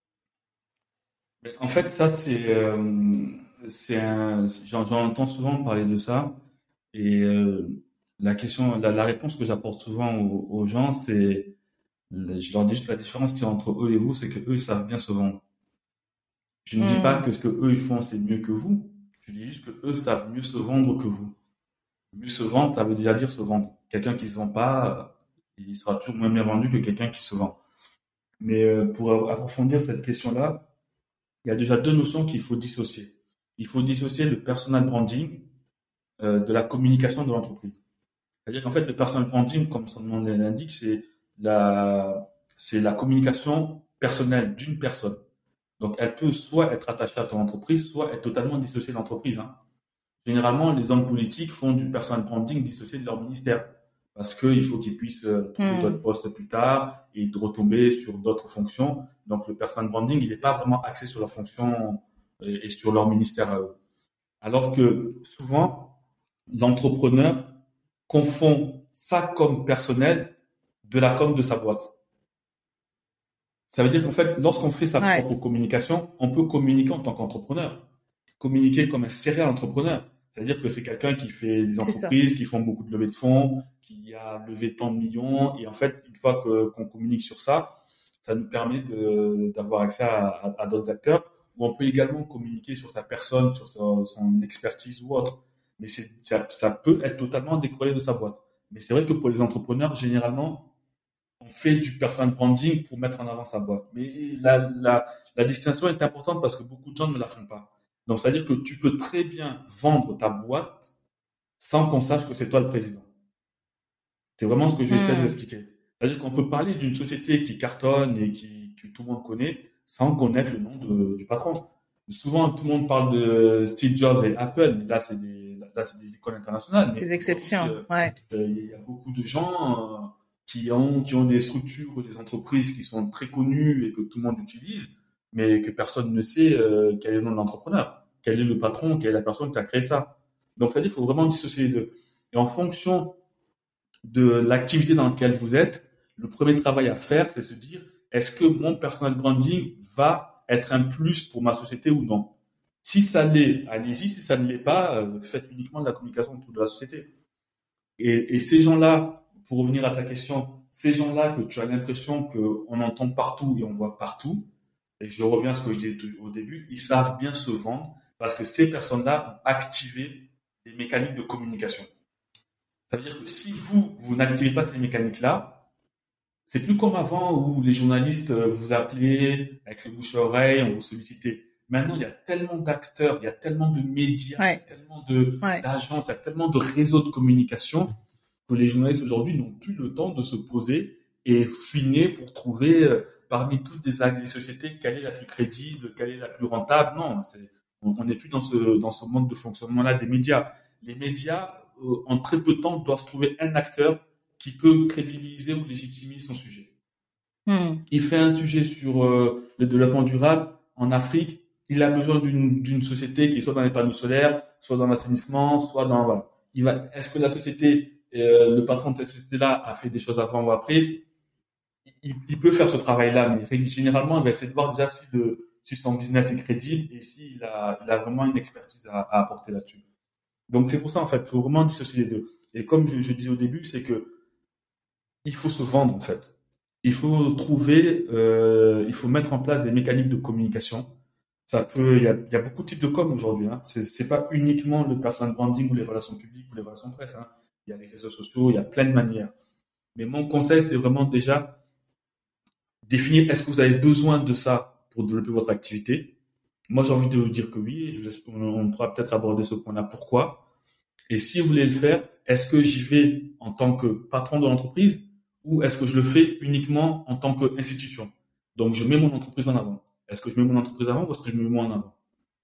En fait, ça, c'est, euh, c'est un, j'en, j'en entends souvent parler de ça. Et euh, la question, la, la réponse que j'apporte souvent aux, aux gens, c'est, je leur dis juste la différence qu'il y a entre eux et vous, c'est que eux, ils savent bien se vendre. Je ne dis pas Mmh. que ce que eux ils font, c'est mieux que vous. Je dis juste que eux savent mieux se vendre que vous. Mieux se vendre, ça veut déjà dire se vendre. Quelqu'un qui se vend pas, euh, il sera toujours moins bien vendu que quelqu'un qui se vend. Mais euh, pour approfondir cette question-là, il y a déjà deux notions qu'il faut dissocier. Il faut dissocier le personal branding euh, de la communication de l'entreprise. C'est-à-dire qu'en fait, le personal branding, comme son nom l'indique, c'est la, c'est la communication personnelle d'une personne. Donc, elle peut soit être attachée à ton entreprise, soit être totalement dissociée de l'entreprise. Hein. Généralement, les hommes politiques font du personal branding dissocié de leur ministère parce qu'il faut qu'ils puissent euh, trouver mmh. d'autres postes plus tard et de retomber sur d'autres fonctions. Donc, le personal branding, il n'est pas vraiment axé sur leur fonction et, et sur leur ministère à eux. Alors que souvent, l'entrepreneur confond sa com personnelle de la com de sa boîte. Ça veut dire qu'en fait, lorsqu'on fait sa ouais. propre communication, on peut communiquer en tant qu'entrepreneur. Communiquer comme un serial entrepreneur. C'est-à-dire que c'est quelqu'un qui fait des entreprises, qui font beaucoup de levées de fonds, qui a levé tant de millions. Et en fait, une fois que, qu'on communique sur ça, ça nous permet de, d'avoir accès à, à, à d'autres acteurs. Ou on peut également communiquer sur sa personne, sur son, son expertise ou autre. Mais c'est, ça, ça peut être totalement décorrélé de sa boîte. Mais c'est vrai que pour les entrepreneurs, généralement, on fait du personal branding pour mettre en avant sa boîte. Mais la, la, la distinction est importante parce que beaucoup de gens ne la font pas. Donc, c'est-à-dire que tu peux très bien vendre ta boîte sans qu'on sache que c'est toi le président. C'est vraiment ce que j'essaie mmh. d'expliquer. C'est-à-dire qu'on peut parler d'une société qui cartonne et qui, que tout le monde connaît sans connaître le nom de, du patron. Souvent, tout le monde parle de Steve Jobs et Apple, mais là, c'est des, là, c'est des écoles internationales. Mais des exceptions, euh, ouais. Euh, il y a beaucoup de gens euh, qui ont, qui ont des structures ou des entreprises qui sont très connues et que tout le monde utilise, mais que personne ne sait euh, quel est le nom de l'entrepreneur, quel est le patron, quelle est la personne qui a créé ça. Donc, c'est-à-dire qu'il faut vraiment dissocier les deux. Et en fonction de l'activité dans laquelle vous êtes, le premier travail à faire, c'est se dire, est-ce que mon personal branding va être un plus pour ma société ou non? Si ça l'est, allez-y. Si ça ne l'est pas, euh, faites uniquement de la communication autour de la société. Et, et ces gens-là, pour revenir à ta question, ces gens-là que tu as l'impression qu'on entend partout et on voit partout, et je reviens à ce que je disais au début, ils savent bien se vendre parce que ces personnes-là ont activé des mécaniques de communication. Ça veut dire que si vous, vous n'activez pas ces mécaniques-là, c'est plus comme avant où les journalistes vous appelaient avec le bouche à oreille, on vous sollicitait. Maintenant, il y a tellement d'acteurs, il y a tellement de médias, ouais. il y a tellement de, ouais. d'agences, il y a tellement de réseaux de communication que les journalistes aujourd'hui n'ont plus le temps de se poser et fouiner pour trouver euh, parmi toutes les, les sociétés quelle est la plus crédible, quelle est la plus rentable. Non, c'est, on n'est plus dans ce, dans ce mode de fonctionnement-là des médias. Les médias, euh, en très peu de temps, doivent trouver un acteur qui peut crédibiliser ou légitimiser son sujet. Hmm. Il fait un sujet sur euh, le développement durable en Afrique. Il a besoin d'une, d'une société qui est soit dans les panneaux solaires, soit dans l'assainissement, soit dans voilà. Il va. Est-ce que la société, euh, le patron de cette société-là a fait des choses avant ou après? Il, il peut faire ce travail-là, mais généralement, il va essayer de voir déjà si, le, si son business est crédible et s'il a, il a vraiment une expertise à, à apporter là-dessus. Donc c'est pour ça en fait, il faut vraiment dissocier les deux. Et comme je, je disais au début, c'est que il faut se vendre en fait. Il faut trouver, euh, il faut mettre en place des mécaniques de communication. Ça peut, il y a, il y a beaucoup de types de com aujourd'hui. Hein. C'est, c'est pas uniquement le personal branding ou les relations publiques ou les relations presse. Hein. Il y a les réseaux sociaux, il y a plein de manières. Mais mon conseil, c'est vraiment déjà définir est-ce que vous avez besoin de ça pour développer votre activité. Moi, j'ai envie de vous dire que oui. Je, on pourra peut-être aborder ce point-là. Pourquoi? Et si vous voulez le faire, est-ce que j'y vais en tant que patron de l'entreprise ou est-ce que je le fais uniquement en tant qu'institution? Donc, je mets mon entreprise en avant. Est-ce que je mets mon entreprise en avant ou est-ce que je mets moi en avant?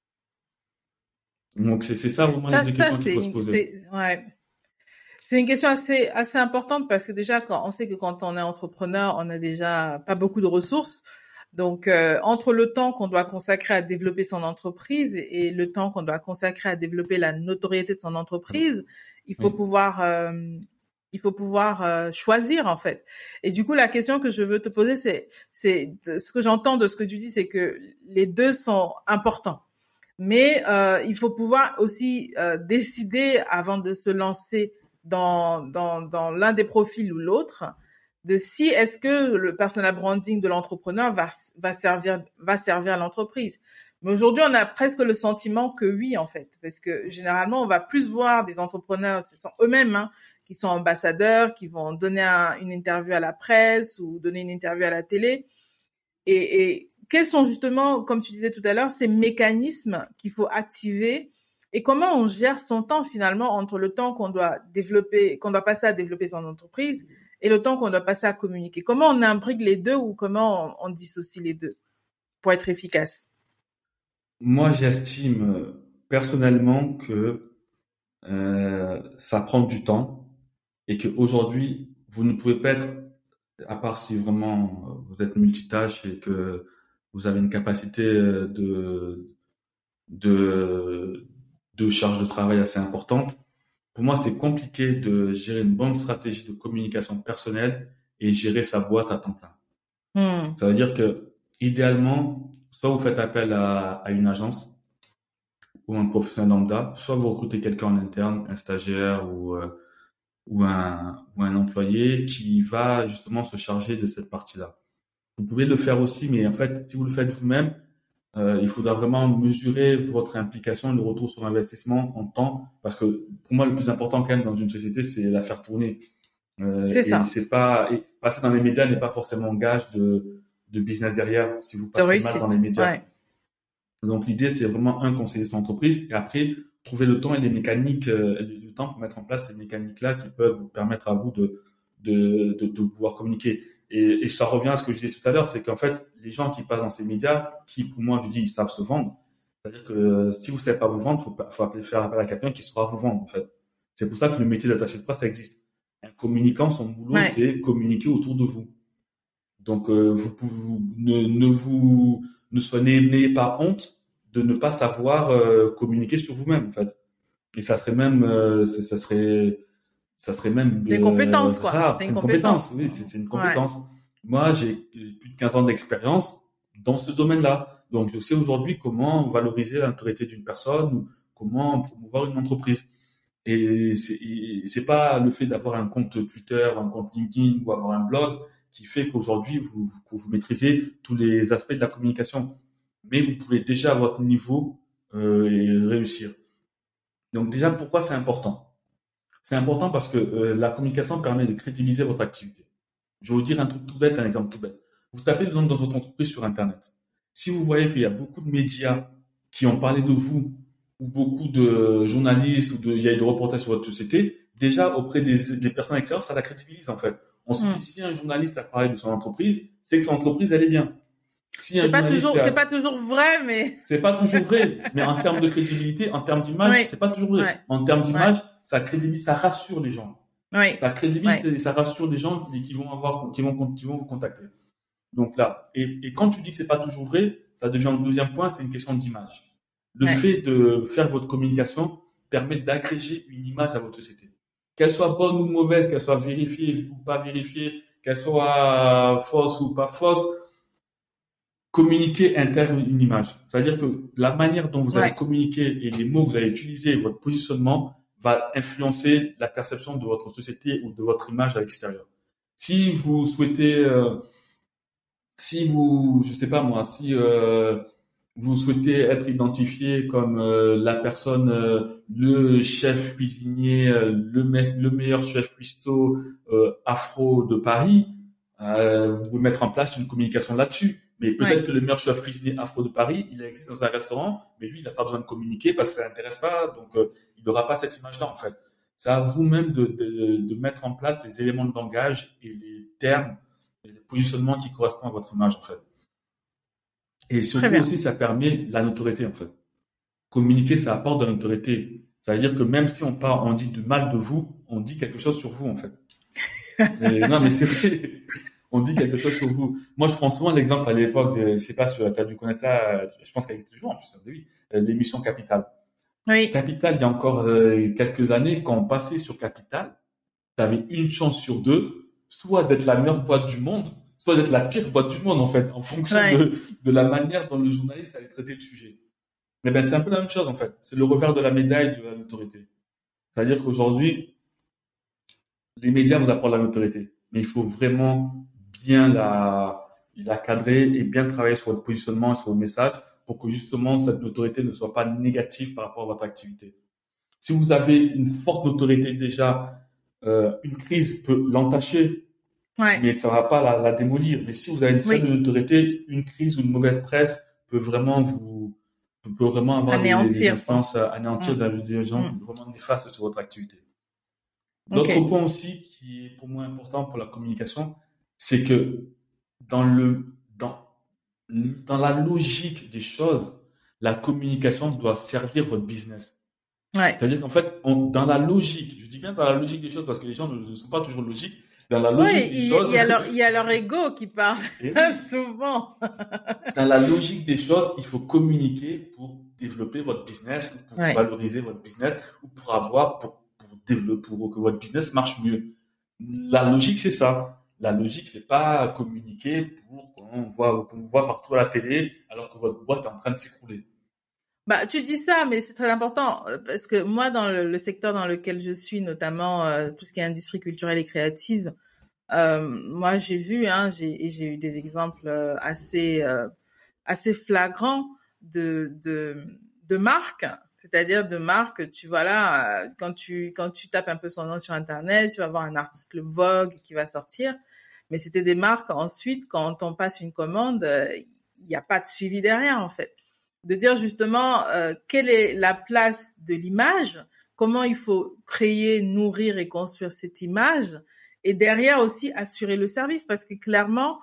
Donc, c'est, c'est ça vraiment ça, les ça, questions qu'il faut se poser. C'est, ouais. C'est une question assez, assez importante parce que déjà, quand on sait que quand on est entrepreneur, on a déjà pas beaucoup de ressources. Donc, euh, entre le temps qu'on doit consacrer à développer son entreprise et le temps qu'on doit consacrer à développer la notoriété de son entreprise, il faut oui. pouvoir, euh, il faut pouvoir euh, choisir en fait. Et du coup, la question que je veux te poser, c'est, c'est ce que j'entends de ce que tu dis, c'est que les deux sont importants, mais euh, il faut pouvoir aussi euh, décider avant de se lancer dans dans dans l'un des profils ou l'autre, de si est-ce que le personal branding de l'entrepreneur va va servir va servir l'entreprise. Mais aujourd'hui, on a presque le sentiment que oui en fait, parce que généralement, on va plus voir des entrepreneurs, ce sont eux-mêmes hein, qui sont ambassadeurs, qui vont donner un, une interview à la presse ou donner une interview à la télé. Et, et quels sont justement, comme tu disais tout à l'heure, ces mécanismes qu'il faut activer et comment on gère son temps finalement entre le temps qu'on doit développer, qu'on doit passer à développer son entreprise et le temps qu'on doit passer à communiquer. Comment on imbrique les deux ou comment on, on dissocie les deux pour être efficace? Moi, j'estime personnellement que euh, ça prend du temps et qu'aujourd'hui, vous ne pouvez pas être, à part si vraiment vous êtes multitâche et que vous avez une capacité de, de, de charge de travail assez importante. Pour moi, c'est compliqué de gérer une bonne stratégie de communication personnelle et gérer sa boîte à temps plein. Hmm. Ça veut dire que, idéalement, soit vous faites appel à, à une agence ou un professionnel lambda, soit vous recrutez quelqu'un en interne, un stagiaire ou, euh, ou, un, ou un employé qui va justement se charger de cette partie-là. Vous pouvez le faire aussi, mais en fait, si vous le faites vous-même, euh, il faudra vraiment mesurer votre implication, le retour sur investissement en temps, parce que pour moi, le plus important quand même dans une société, c'est la faire tourner. Euh, C'est et ça. c'est pas, et passer dans les médias n'est pas forcément gage de, de business derrière si vous De passez mal dans les réussite. médias. Ouais. Donc l'idée, c'est vraiment un conseiller son entreprise et après trouver le temps et les mécaniques, euh, le temps pour mettre en place ces mécaniques-là qui peuvent vous permettre à vous de de, de, de pouvoir communiquer. Et, et ça revient à ce que je disais tout à l'heure, c'est qu'en fait, les gens qui passent dans ces médias, qui pour moi, je dis, ils savent se vendre. C'est-à-dire que euh, si vous savez pas vous vendre, faut, pas- faut appeler, faire appel à quelqu'un qui saura vous vendre en fait. C'est pour ça que le métier d'attaché de presse ça existe. Un communicant, son boulot, Ouais. c'est communiquer autour de vous. Donc, euh, vous, pouvez, vous ne, ne vous ne soyez n'ayez pas honte de ne pas savoir euh, communiquer sur vous-même, en fait. Et ça serait même, euh, c'est- ça serait, ça serait même C'est une euh, compétence, quoi. grave. C'est C'est une une compétence, compétence. oui, c'est c'est une Ouais. compétence. Moi, j'ai plus de quinze ans d'expérience dans ce domaine-là. Donc, je sais aujourd'hui comment valoriser l'autorité d'une personne ou comment promouvoir une entreprise. Et c'est et c'est pas le fait d'avoir un compte Twitter, un compte LinkedIn ou avoir un blog qui fait qu'aujourd'hui vous, vous, que vous maîtrisez tous les aspects de la communication. Mais vous pouvez déjà à votre niveau euh, et réussir. Donc déjà, pourquoi c'est important? C'est important parce que euh, la communication permet de crédibiliser votre activité. Je vais vous dire un truc tout bête, un exemple tout bête. Vous tapez le nom de votre entreprise sur Internet. Si vous voyez qu'il y a beaucoup de médias qui ont parlé de vous, ou beaucoup de journalistes, ou de, il y a eu de reportages sur votre société, déjà auprès des, des personnes extérieures, ça la crédibilise en fait. On se dit, Hmm. si un journaliste a parlé de son entreprise, c'est que son entreprise, elle est bien. Si un C'est pas journaliste toujours, c'est a, pas toujours vrai, mais c'est pas toujours vrai, mais en termes de crédibilité, en termes d'image, oui. c'est pas toujours vrai. Ouais. En termes Ouais. d'image, ça crédibilise, ça rassure les gens. Oui. Ça crédibilise Ouais. et ça rassure les gens qui vont avoir, qui vont, qui vont vous contacter. Donc là, et, et quand tu dis que c'est pas toujours vrai, ça devient le deuxième point, c'est une question d'image. Le Ouais. fait de faire votre communication permet d'agréger une image à votre société. Qu'elle soit bonne ou mauvaise, qu'elle soit vérifiée ou pas vérifiée, qu'elle soit fausse ou pas fausse, communiquer intègre une image. C'est-à-dire que la manière dont vous allez Ouais. communiquer et les mots que vous allez utiliser, votre positionnement, va influencer la perception de votre société ou de votre image à l'extérieur. Si vous souhaitez, euh, si vous, je sais pas moi, si euh, vous souhaitez être identifié comme euh, la personne, euh, le chef cuisinier, euh, le, me- le meilleur chef cuistot euh, afro de Paris, euh, vous pouvez mettre en place une communication là-dessus. Mais peut-être Ouais. que le meilleur chef cuisinier afro de Paris, il existe dans un restaurant, mais lui, il n'a pas besoin de communiquer parce que ça l'intéresse pas, donc euh, il n'aura pas cette image-là en fait. C'est à vous-même de, de, de mettre en place les éléments de langage et les termes, et les positionnements qui correspondent à votre image en fait. Et Très surtout bien. aussi, ça permet la notoriété en fait. Communiquer, ça apporte de la notoriété. Ça veut dire que même si on parle, on dit du mal de vous, on dit quelque chose sur vous en fait. Et, non, mais c'est vrai. On dit quelque chose sur vous. Moi, je prends souvent l'exemple à l'époque de, je sais pas si tu as dû connaître ça, je pense qu'elle existe toujours, en plus, oui, euh, l'émission Capital. Oui. Capital, il y a encore euh, quelques années, quand on passait sur Capital, tu avais une chance sur deux, soit d'être la meilleure boîte du monde, soit d'être la pire boîte du monde, en fait, en fonction Ouais. de, de la manière dont le journaliste allait traiter le sujet. Mais ben, c'est un peu la même chose, en fait. C'est le revers de la médaille de la notoriété. C'est-à-dire qu'aujourd'hui, les médias vous apportent la notoriété, mais il faut vraiment bien la, la cadrer et bien travailler sur votre positionnement et sur le message pour que justement cette notoriété ne soit pas négative par rapport à votre activité. Si vous avez une forte notoriété déjà, euh, une crise peut l'entacher Ouais. mais ça va pas la, la démolir. Mais si vous avez une Oui. certaine autorité, une crise ou une mauvaise presse peut vraiment vous, peut vraiment avoir des, des Anéantir, quoi. influences, anéantir Mm. des, des gens Mm. vraiment néfastes sur votre activité. L'autre Ok. point aussi qui est pour moi important pour la communication, c'est que dans le, dans, dans la logique des choses, la communication doit servir votre business. Ouais. C'est-à-dire qu'en fait, on, dans la logique, je dis bien dans la logique des choses parce que les gens ne, ne sont pas toujours logiques, dans la Oui, logique des il, il choses, y a leur, il y a leur ego qui parle et oui, souvent. dans la logique des choses, il faut communiquer pour développer votre business, pour Ouais. valoriser votre business, ou pour avoir, pour, pour développer, pour que votre business marche mieux. La logique, c'est ça. La logique, c'est pas communiquer pour qu'on voit, qu'on voit partout à la télé, alors que votre boîte est en train de s'écrouler. Bah, tu dis ça, mais c'est très important euh, parce que moi, dans le, le secteur dans lequel je suis, notamment euh, tout ce qui est industrie culturelle et créative, euh, moi, j'ai vu, hein, j'ai, et j'ai eu des exemples euh, assez, euh, assez flagrants de, de, de marques, c'est-à-dire de marques. Tu vois là, euh, quand tu, quand tu tapes un peu son nom sur Internet, tu vas voir un article Vogue qui va sortir. Mais c'était des marques. Ensuite, quand on passe une commande, euh, il n'y a pas de suivi derrière, en fait. De dire justement euh, quelle est la place de l'image, comment il faut créer, nourrir et construire cette image, et derrière aussi assurer le service, parce que clairement,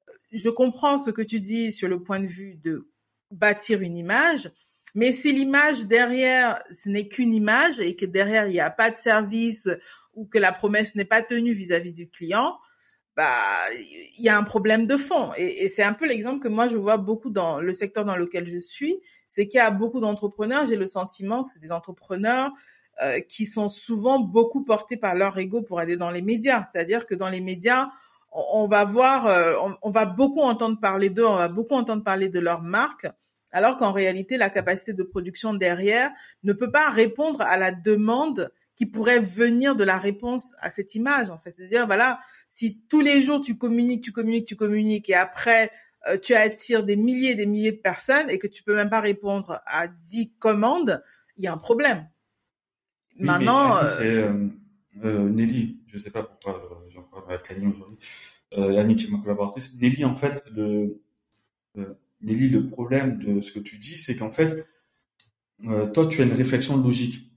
je comprends ce que tu dis sur le point de vue de bâtir une image, mais si l'image derrière, ce n'est qu'une image et que derrière, il n'y a pas de service ou que la promesse n'est pas tenue vis-à-vis du client, bah, il y a un problème de fond. Et, et c'est un peu l'exemple que moi, je vois beaucoup dans le secteur dans lequel je suis. C'est qu'il y a beaucoup d'entrepreneurs, j'ai le sentiment que c'est des entrepreneurs euh, qui sont souvent beaucoup portés par leur ego pour aller dans les médias. C'est-à-dire que dans les médias, on, on va voir, euh, on, on va beaucoup entendre parler d'eux, on va beaucoup entendre parler de leur marque, alors qu'en réalité, la capacité de production derrière ne peut pas répondre à la demande qui pourrait venir de la réponse à cette image, en fait. C'est-à-dire, voilà, si tous les jours tu communiques, tu communiques, tu communiques, et après euh, tu attires des milliers et des milliers de personnes et que tu peux même pas répondre à dix commandes, il y a un problème. Oui, mais Maintenant, Annie, euh, c'est euh, euh, Nelly, je sais pas pourquoi euh, j'en parle avec Annie aujourd'hui, euh, Annie qui est ma collaboratrice. Nelly, en fait, le, euh, Nelly, le problème de ce que tu dis, c'est qu'en fait, euh, toi, tu as une réflexion logique.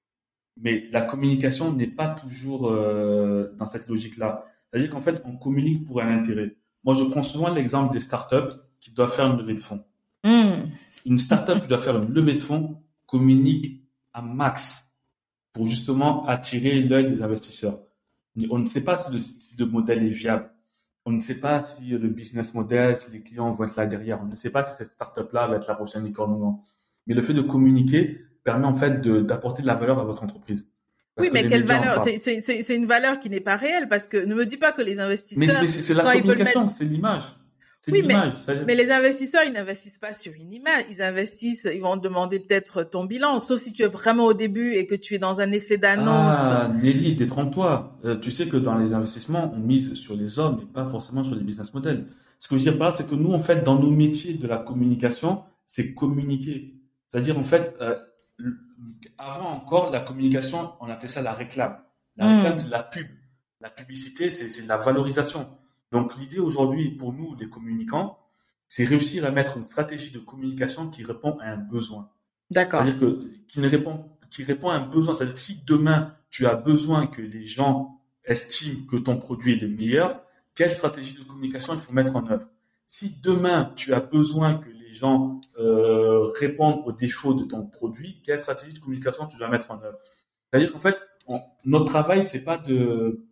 Mais la communication n'est pas toujours euh, dans cette logique-là. C'est-à-dire qu'en fait, on communique pour un intérêt. Moi, je prends souvent l'exemple des startups qui doivent faire une levée de fonds. hmm, Une startup qui doit faire une levée de fonds communique à max pour justement attirer l'œil des investisseurs. On ne sait pas si le, si le modèle est viable. On ne sait pas si le business model, si les clients vont être là derrière. On ne sait pas si cette startup-là va être la prochaine licorne ou non. Mais le fait de communiquer permet en fait de, d'apporter de la valeur à votre entreprise. Parce oui, que mais les quelle médias en valeur? parlent. C'est, c'est, c'est, c'est une valeur qui n'est pas réelle parce que ne me dis pas que les Mais, investisseurs, mais c'est, c'est la quand ils veulent mettre. communication, c'est l'image. C'est Oui, mais, l'image. C'est-à-dire- mais les investisseurs, ils n'investissent pas sur une image. Ils investissent, ils vont demander peut-être ton bilan, sauf si tu es vraiment au début et que tu es dans un effet d'annonce. Ah, Nelly, détrompe-toi. Euh, tu sais que dans les investissements, on mise sur les hommes et pas forcément sur les business models. Ce que je veux dire par là, c'est que nous, en fait, dans nos métiers de la communication, c'est communiquer. C'est-à-dire, en fait, euh, l- avant encore, la communication, on appelait ça la réclame. La réclame, Hmm, c'est de la pub. La publicité, c'est, c'est de la valorisation. Donc, l'idée aujourd'hui, pour nous, les communicants, c'est réussir à mettre une stratégie de communication qui répond à un besoin. d'accord. C'est-à-dire que qui ne répond, qui répond à un besoin. C'est-à-dire que si demain tu as besoin que les gens estiment que ton produit est le meilleur, quelle stratégie de communication il faut mettre en œuvre? Si demain tu as besoin que les gens euh, répondent aux défauts de ton produit, quelle stratégie de communication tu dois mettre en œuvre? C'est-à-dire qu'en fait, on- notre travail c'est pas de,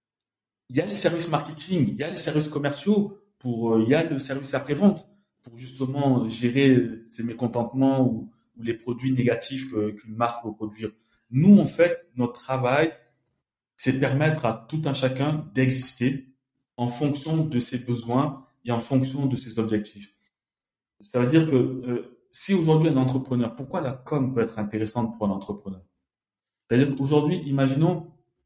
il y a les services marketing, il y a les services commerciaux, pour, euh, il y a le service après-vente pour justement euh, gérer euh, ces mécontentements ou, ou les produits négatifs que- qu'une marque va produire. Nous, en fait, notre travail, c'est de permettre à tout un chacun d'exister en fonction de ses besoins et en fonction de ses objectifs. Ça veut dire que euh, si aujourd'hui un entrepreneur, pourquoi la com peut être intéressante pour un entrepreneur? C'est-à-dire qu'aujourd'hui, imaginons,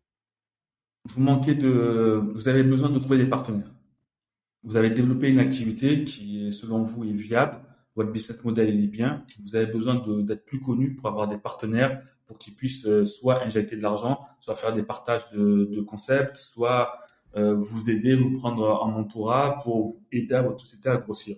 vous manquez de, vous avez besoin de trouver des partenaires. Vous avez développé une activité qui, selon vous, est viable. Votre business model il est bien. Vous avez besoin de, d'être plus connu pour avoir des partenaires pour qu'ils puissent euh, soit injecter de l'argent, soit faire des partages de, de concepts, soit euh, vous aider, vous prendre en mentorat pour vous aider à votre société à grossir.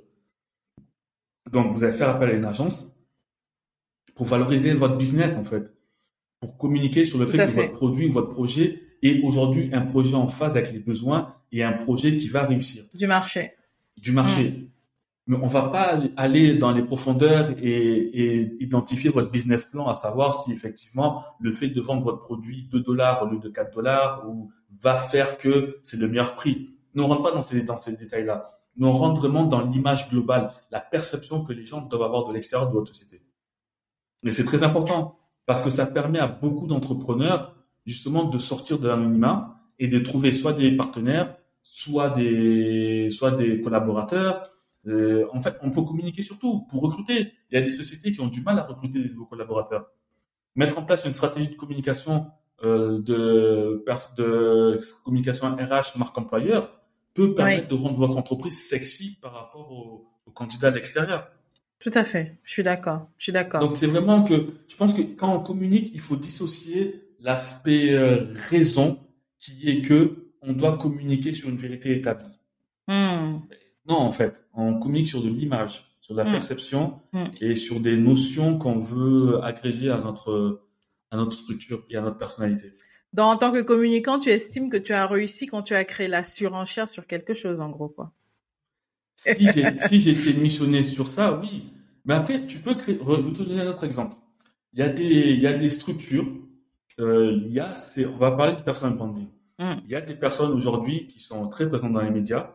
Donc, vous allez faire appel à une agence pour valoriser votre business, en fait, pour communiquer sur le Tout fait à que fait. votre produit ou votre projet est aujourd'hui un projet en phase avec les besoins et un projet qui va réussir. Du marché. Du marché. Mm. Mais on va pas aller dans les profondeurs et, et identifier votre business plan, à savoir si effectivement le fait de vendre votre produit deux dollars au lieu de quatre dollars ou va faire que c'est le meilleur prix. Nous on rentre pas dans ces, dans ces détails-là. Nous on rentre vraiment dans l'image globale, la perception que les gens doivent avoir de l'extérieur de votre société. Mais c'est très important parce que ça permet à beaucoup d'entrepreneurs justement de sortir de l'anonymat et de trouver soit des partenaires, soit des, soit des collaborateurs. Euh, en fait, on peut communiquer surtout pour recruter. Il y a des sociétés qui ont du mal à recruter des nouveaux collaborateurs. Mettre en place une stratégie de communication euh, de, de communication R H marque employeur peut permettre Oui. de rendre votre entreprise sexy par rapport aux, aux candidats de l'extérieur. Tout à fait. Je suis d'accord. Je suis d'accord. Donc c'est vraiment que je pense que quand on communique, il faut dissocier l'aspect euh, raison qui est que on doit communiquer sur une vérité établie. Mm. Non, en fait, on communique sur de l'image, sur de la Mm. perception Mm. et sur des notions qu'on veut agréger à notre à notre structure et à notre personnalité. Donc, en tant que communicant, tu estimes que tu as réussi quand tu as créé la surenchère sur quelque chose, en gros, quoi. Si j'ai si j'ai été missionné sur ça, oui. Mais après, tu peux créer. Je vais te donner un autre exemple. Il y a des il y a des structures. Euh, il y a c'est on va parler de personal branding. Mm. Il y a des personnes aujourd'hui qui sont très présentes dans les médias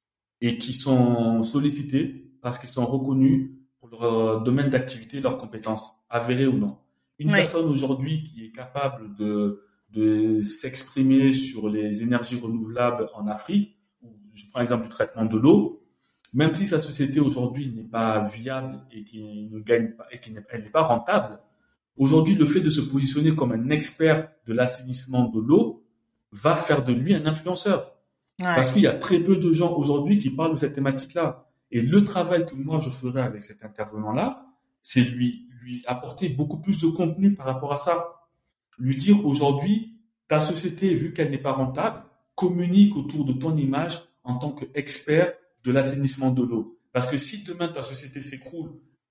et qui sont sollicités parce qu'ils sont reconnus pour leur euh, domaine d'activité, leurs compétences, avérées ou non. Une Oui. personne aujourd'hui qui est capable de, de s'exprimer sur les énergies renouvelables en Afrique, ou je prends l'exemple du traitement de l'eau, même si sa société aujourd'hui n'est pas viable et qui ne gagne pas et qui n'est, elle n'est pas rentable, aujourd'hui le fait de se positionner comme un expert de l'assainissement de l'eau va faire de lui un influenceur. Ouais. Parce qu'il y a très peu de gens aujourd'hui qui parlent de cette thématique-là. Et le travail que moi je ferai avec cet intervenant-là, c'est lui, lui apporter beaucoup plus de contenu par rapport à ça. Lui dire aujourd'hui, ta société, vu qu'elle n'est pas rentable, communique autour de ton image en tant qu'expert de l'assainissement de l'eau. Parce que si demain ta société s'écroule,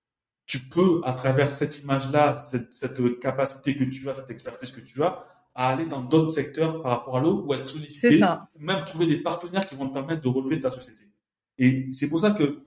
tu peux, à travers cette image-là, cette, cette capacité que tu as, cette expertise que tu as, à aller dans d'autres secteurs par rapport à l'eau ou être sollicité, C'est ça. même trouver des partenaires qui vont te permettre de relever ta société. Et c'est pour ça que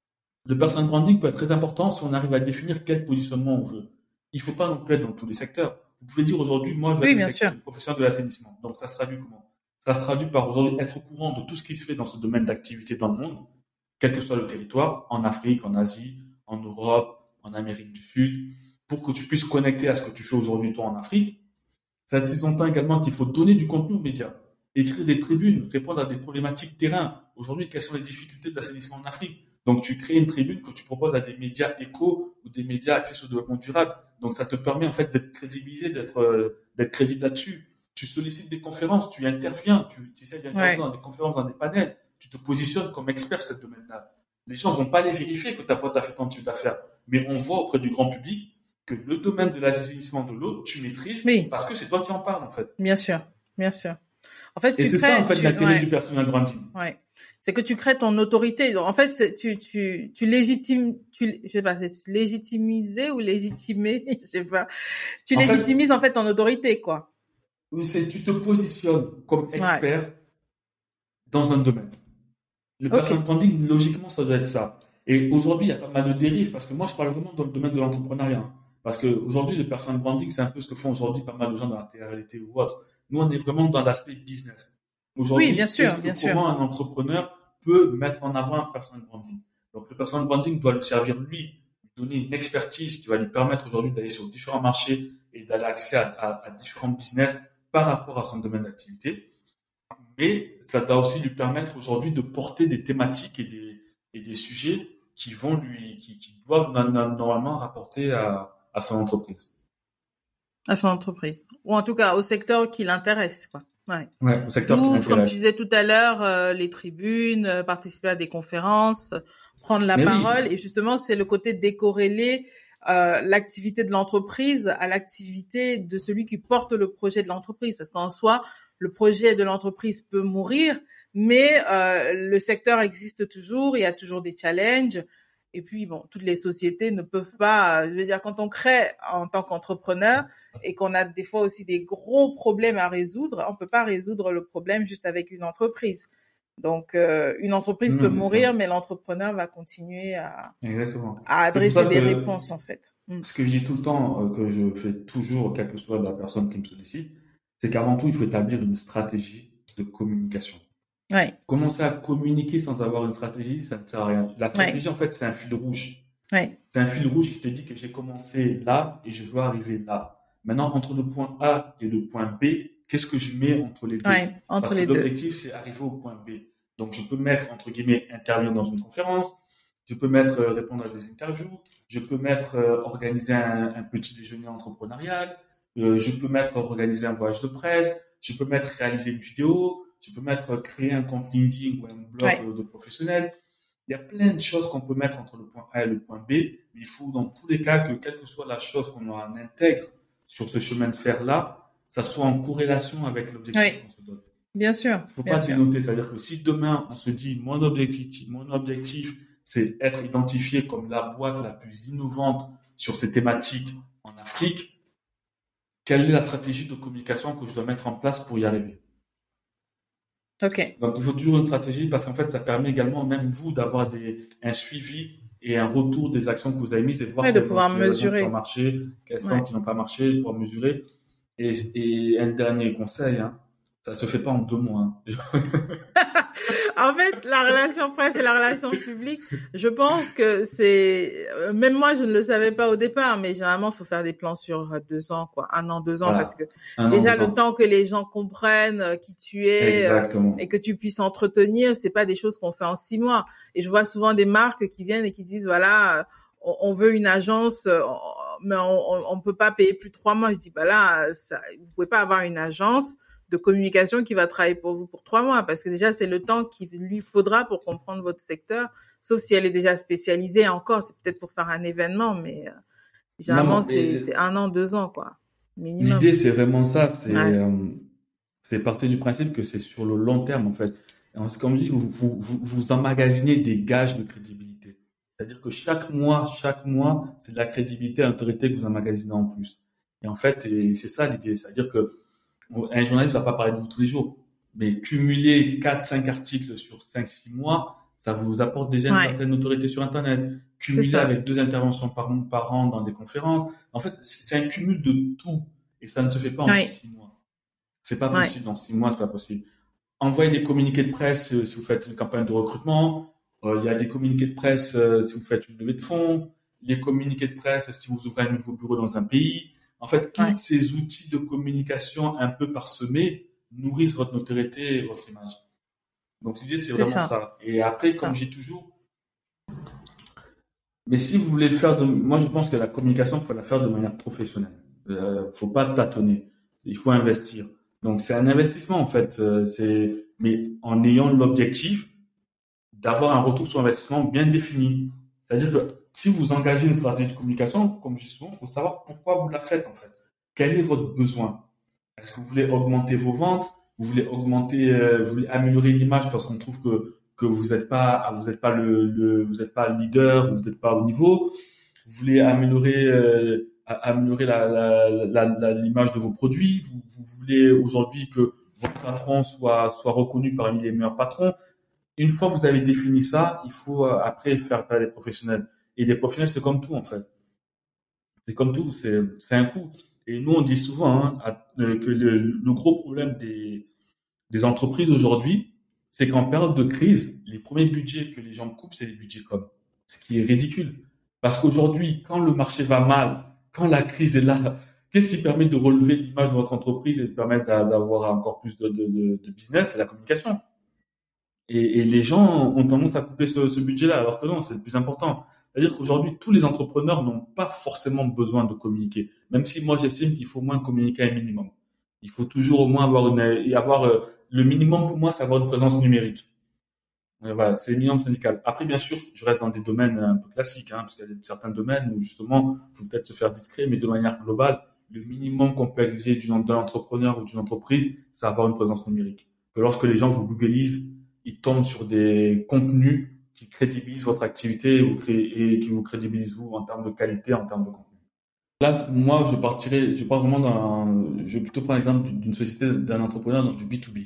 le personal branding peut être très important si on arrive à définir quel positionnement on veut. Il ne faut pas non plus être dans tous les secteurs. Vous pouvez dire aujourd'hui, moi, je vais Oui, être le professionnel de l'assainissement. Donc, ça se traduit comment? Ça se traduit par aujourd'hui être au courant de tout ce qui se fait dans ce domaine d'activité dans le monde, quel que soit le territoire, en Afrique, en Asie, en Europe, en Amérique du Sud, pour que tu puisses connecter à ce que tu fais aujourd'hui, toi, en Afrique. Ça sous-entend également qu'il faut donner du contenu aux médias, écrire des tribunes, répondre à des problématiques terrain. Aujourd'hui, quelles sont les difficultés de l'assainissement en Afrique? Donc, tu crées une tribune que tu proposes à des médias éco ou des médias axés sur le développement durable. Donc, ça te permet en fait d'être crédibilisé, d'être euh, d'être crédible là-dessus. Tu sollicites des conférences, tu interviens, tu, tu essaies d'intervenir ouais. dans des conférences, dans des panels. Tu te positionnes comme expert sur ce domaine-là. Les gens vont pas aller vérifier que ta boîte a fait ton type d'affaires, mais on voit auprès du grand public que le domaine de l'assainissement de l'eau, tu maîtrises oui. parce que c'est toi qui en parles, en fait. Bien sûr, bien sûr. En fait, et tu c'est crées, ça, en fait, tu, l'intérêt ouais. du personal branding. Ouais. C'est que tu crées ton autorité. En fait, c'est, tu, tu, tu légitimes, tu, je sais pas, c'est légitimiser ou légitimer, je sais pas. Tu en légitimises, fait, en fait, ton autorité, quoi. C'est, tu te positionnes comme expert ouais. dans un domaine. Le okay. personal branding, logiquement, ça doit être ça. Et aujourd'hui, il y a pas mal de dérives parce que moi, je parle vraiment dans le domaine de l'entrepreneuriat. Parce qu'aujourd'hui, le personal branding, c'est un peu ce que font aujourd'hui pas mal de gens dans la télé-réalité ou autre. Nous, on est vraiment dans l'aspect business. Aujourd'hui, oui, bien sûr, est-ce que bien comment sûr. un entrepreneur peut mettre en avant un personal branding? Donc, le personal branding doit lui servir, lui, lui donner une expertise qui va lui permettre aujourd'hui d'aller sur différents marchés et d'aller accès à, à, à différents business par rapport à son domaine d'activité. Mais ça doit aussi lui permettre aujourd'hui de porter des thématiques et des, et des sujets qui vont lui, qui, qui doivent normalement rapporter à, à son entreprise. À son entreprise. Ou en tout cas, au secteur qui l'intéresse, quoi. Ouais. Ouais, au secteur D'où, qui l'intéresse. Comme tu disais tout à l'heure, euh, les tribunes, euh, participer à des conférences, prendre la Mais parole. Oui. Et justement, c'est le côté décorrélé euh, l'activité de l'entreprise à l'activité de celui qui porte le projet de l'entreprise. Parce qu'en soi, le projet de l'entreprise peut mourir, mais euh, le secteur existe toujours, il y a toujours des challenges. Et puis, bon, toutes les sociétés ne peuvent pas, je veux dire, quand on crée en tant qu'entrepreneur et qu'on a des fois aussi des gros problèmes à résoudre, on peut pas résoudre le problème juste avec une entreprise. Donc, euh, une entreprise Non, peut c'est mourir, ça. mais l'entrepreneur va continuer à, Exactement. à C'est pour adresser ça des que réponses, en fait. Mm. ce que je dis tout le temps, euh, que je fais toujours, quelle que soit la personne qui me sollicite, c'est qu'avant tout, il faut établir une stratégie de communication. Ouais, Commencer à communiquer sans avoir une stratégie, ça ne sert à rien. La ouais, stratégie, en fait, c'est un fil rouge. ouais, C'est un fil rouge qui te dit que j'ai commencé là et je veux arriver là. Maintenant, entre le point A et le point B, qu'est-ce que je mets entre les deux? ouais, entre Parce que les deux. l'objectif, c'est arriver au point B. Donc, je peux mettre, entre guillemets, intervenir dans une conférence, je peux mettre euh, répondre à des interviews, je peux mettre euh, organiser un, un petit déjeuner entrepreneurial, euh, je peux mettre organiser un voyage de presse, je peux mettre réaliser une vidéo, je peux mettre euh, créer un compte LinkedIn ou un blog Ouais, euh, de professionnel. Il y a plein de choses qu'on peut mettre entre le point A et le point B, mais il faut dans tous les cas que quelle que soit la chose qu'on en intègre sur ce chemin de fer-là, ça soit en corrélation avec l'objectif ouais, qu'on se donne. bien sûr, Il ne faut bien pas sûr. dénoter, c'est-à-dire que si demain on se dit mon objectif, mon objectif, c'est être identifié comme la boîte la plus innovante sur ces thématiques en Afrique, quelle est la stratégie de communication que je dois mettre en place pour y arriver? Ok. Donc, il faut toujours une stratégie parce qu'en fait, ça permet également, même vous, d'avoir des, un suivi et un retour des actions que vous avez mises et voir Ouais, de quelles pouvoir sont les raisons qui ont mesurer. marché, quelles sont Ouais. qui n'ont pas marché, pouvoir mesurer. Et, et un dernier conseil, hein, ça se fait pas en deux mois. Hein. En fait, la relation presse et la relation publique, je pense que c'est, euh, même moi, je ne le savais pas au départ, mais généralement, il faut faire des plans sur euh, deux ans, quoi, un an, deux ans, Voilà. parce que Un an, déjà deux le ans. temps que les gens comprennent euh, qui tu es euh, Exactement. et que tu puisses entretenir, c'est pas des choses qu'on fait en six mois. Et je vois souvent des marques qui viennent et qui disent, voilà, euh, on, on veut une agence, euh, mais on, on, on peut pas payer plus de trois mois. Je dis, bah là, ça, vous pouvez pas avoir une agence de communication qui va travailler pour vous pour trois mois, parce que déjà, c'est le temps qu'il lui faudra pour comprendre votre secteur, sauf si elle est déjà spécialisée encore, c'est peut-être pour faire un événement, mais euh, généralement, Non, c'est, mais c'est un an, deux ans, quoi, minimum. l'idée, c'est vraiment ça. C'est Ouais. euh, c'est partir du principe que c'est sur le long terme, en fait. Et en- comme je dis, vous, vous, vous, vous emmagasinez des gages de crédibilité. C'est-à-dire que chaque mois, chaque mois, c'est de la crédibilité, autorité que vous emmagasinez en plus. Et en fait, et c'est ça l'idée. C'est-à-dire que un journaliste ne va pas parler de vous tous les jours. Mais cumuler quatre, cinq articles sur cinq, six mois, ça vous apporte déjà une Ouais. certaine autorité sur Internet. C'est Cumuler ça. avec deux interventions par, par an dans des conférences. En fait, c'est un cumul de tout. Et ça ne se fait pas en Ouais. six mois. C'est pas Ouais. possible. En six mois, c'est pas possible. Envoyez des communiqués de presse euh, si vous faites une campagne de recrutement. Euh, il y a des communiqués de presse euh, si vous faites une levée de fonds. Les communiqués de presse si vous ouvrez un nouveau bureau dans un pays. En fait, tous Ouais. ces outils de communication un peu parsemés nourrissent votre notoriété et votre image. Donc l'idée, c'est C'est vraiment ça. ça. Et après, C'est comme ça. j'ai toujours, mais si vous voulez le faire de, moi je pense que la communication, il faut la faire de manière professionnelle. Euh, faut pas tâtonner. Il faut investir. Donc c'est un investissement en fait. Euh, c'est, mais en ayant l'objectif d'avoir un retour sur investissement bien défini. C'est-à-dire que si vous engagez une stratégie de communication, comme je dis souvent, il faut savoir pourquoi vous la faites en fait. Quel est votre besoin? Est-ce que vous voulez augmenter vos ventes? Vous voulez augmenter, euh, vous voulez améliorer l'image parce qu'on trouve que que vous n'êtes pas, vous n'êtes pas le, le, vous n'êtes pas leader, vous n'êtes pas au niveau. Vous voulez améliorer, euh, améliorer la, la, la, la, l'image de vos produits. Vous, vous voulez aujourd'hui que votre patron soit soit reconnu parmi les meilleurs patrons. Une fois que vous avez défini ça, il faut euh, après faire appel à des professionnels. Et des professionnels, c'est comme tout en fait. C'est comme tout, c'est c'est un coût. Et nous, on dit souvent hein, à, euh, que le, le gros problème des des entreprises aujourd'hui, c'est qu'en période de crise, les premiers budgets que les gens coupent, c'est les budgets com. Ce qui est ridicule. Parce qu'aujourd'hui, quand le marché va mal, quand la crise est là, qu'est-ce qui permet de relever l'image de votre entreprise et de permettre d'avoir encore plus de, de, de, de business? C'est la communication. Et, et les gens ont tendance à couper ce, ce budget-là, alors que non, c'est le plus important. C'est-à-dire qu'aujourd'hui, tous les entrepreneurs n'ont pas forcément besoin de communiquer. Même si moi, j'estime qu'il faut au moins communiquer un minimum. Il faut toujours au moins avoir une, avoir euh, le minimum pour moi, c'est avoir une présence numérique. Euh, voilà, c'est le minimum syndical. Après, bien sûr, je reste dans des domaines un peu classiques, hein, parce qu'il y a certains domaines où justement, il faut peut-être se faire discret, mais de manière globale, le minimum qu'on peut exiger d'une, d'un entrepreneur ou d'une entreprise, c'est avoir une présence numérique. Que lorsque les gens vous googlisent, ils tombent sur des contenus qui crédibilisent votre activité et, vous cré- et qui vous crédibilisent vous en termes de qualité, en termes de contenu. Là, moi, je partirais, je pars vraiment dans, je vais plutôt prendre l'exemple d'une société, d'un entrepreneur, donc du B deux B.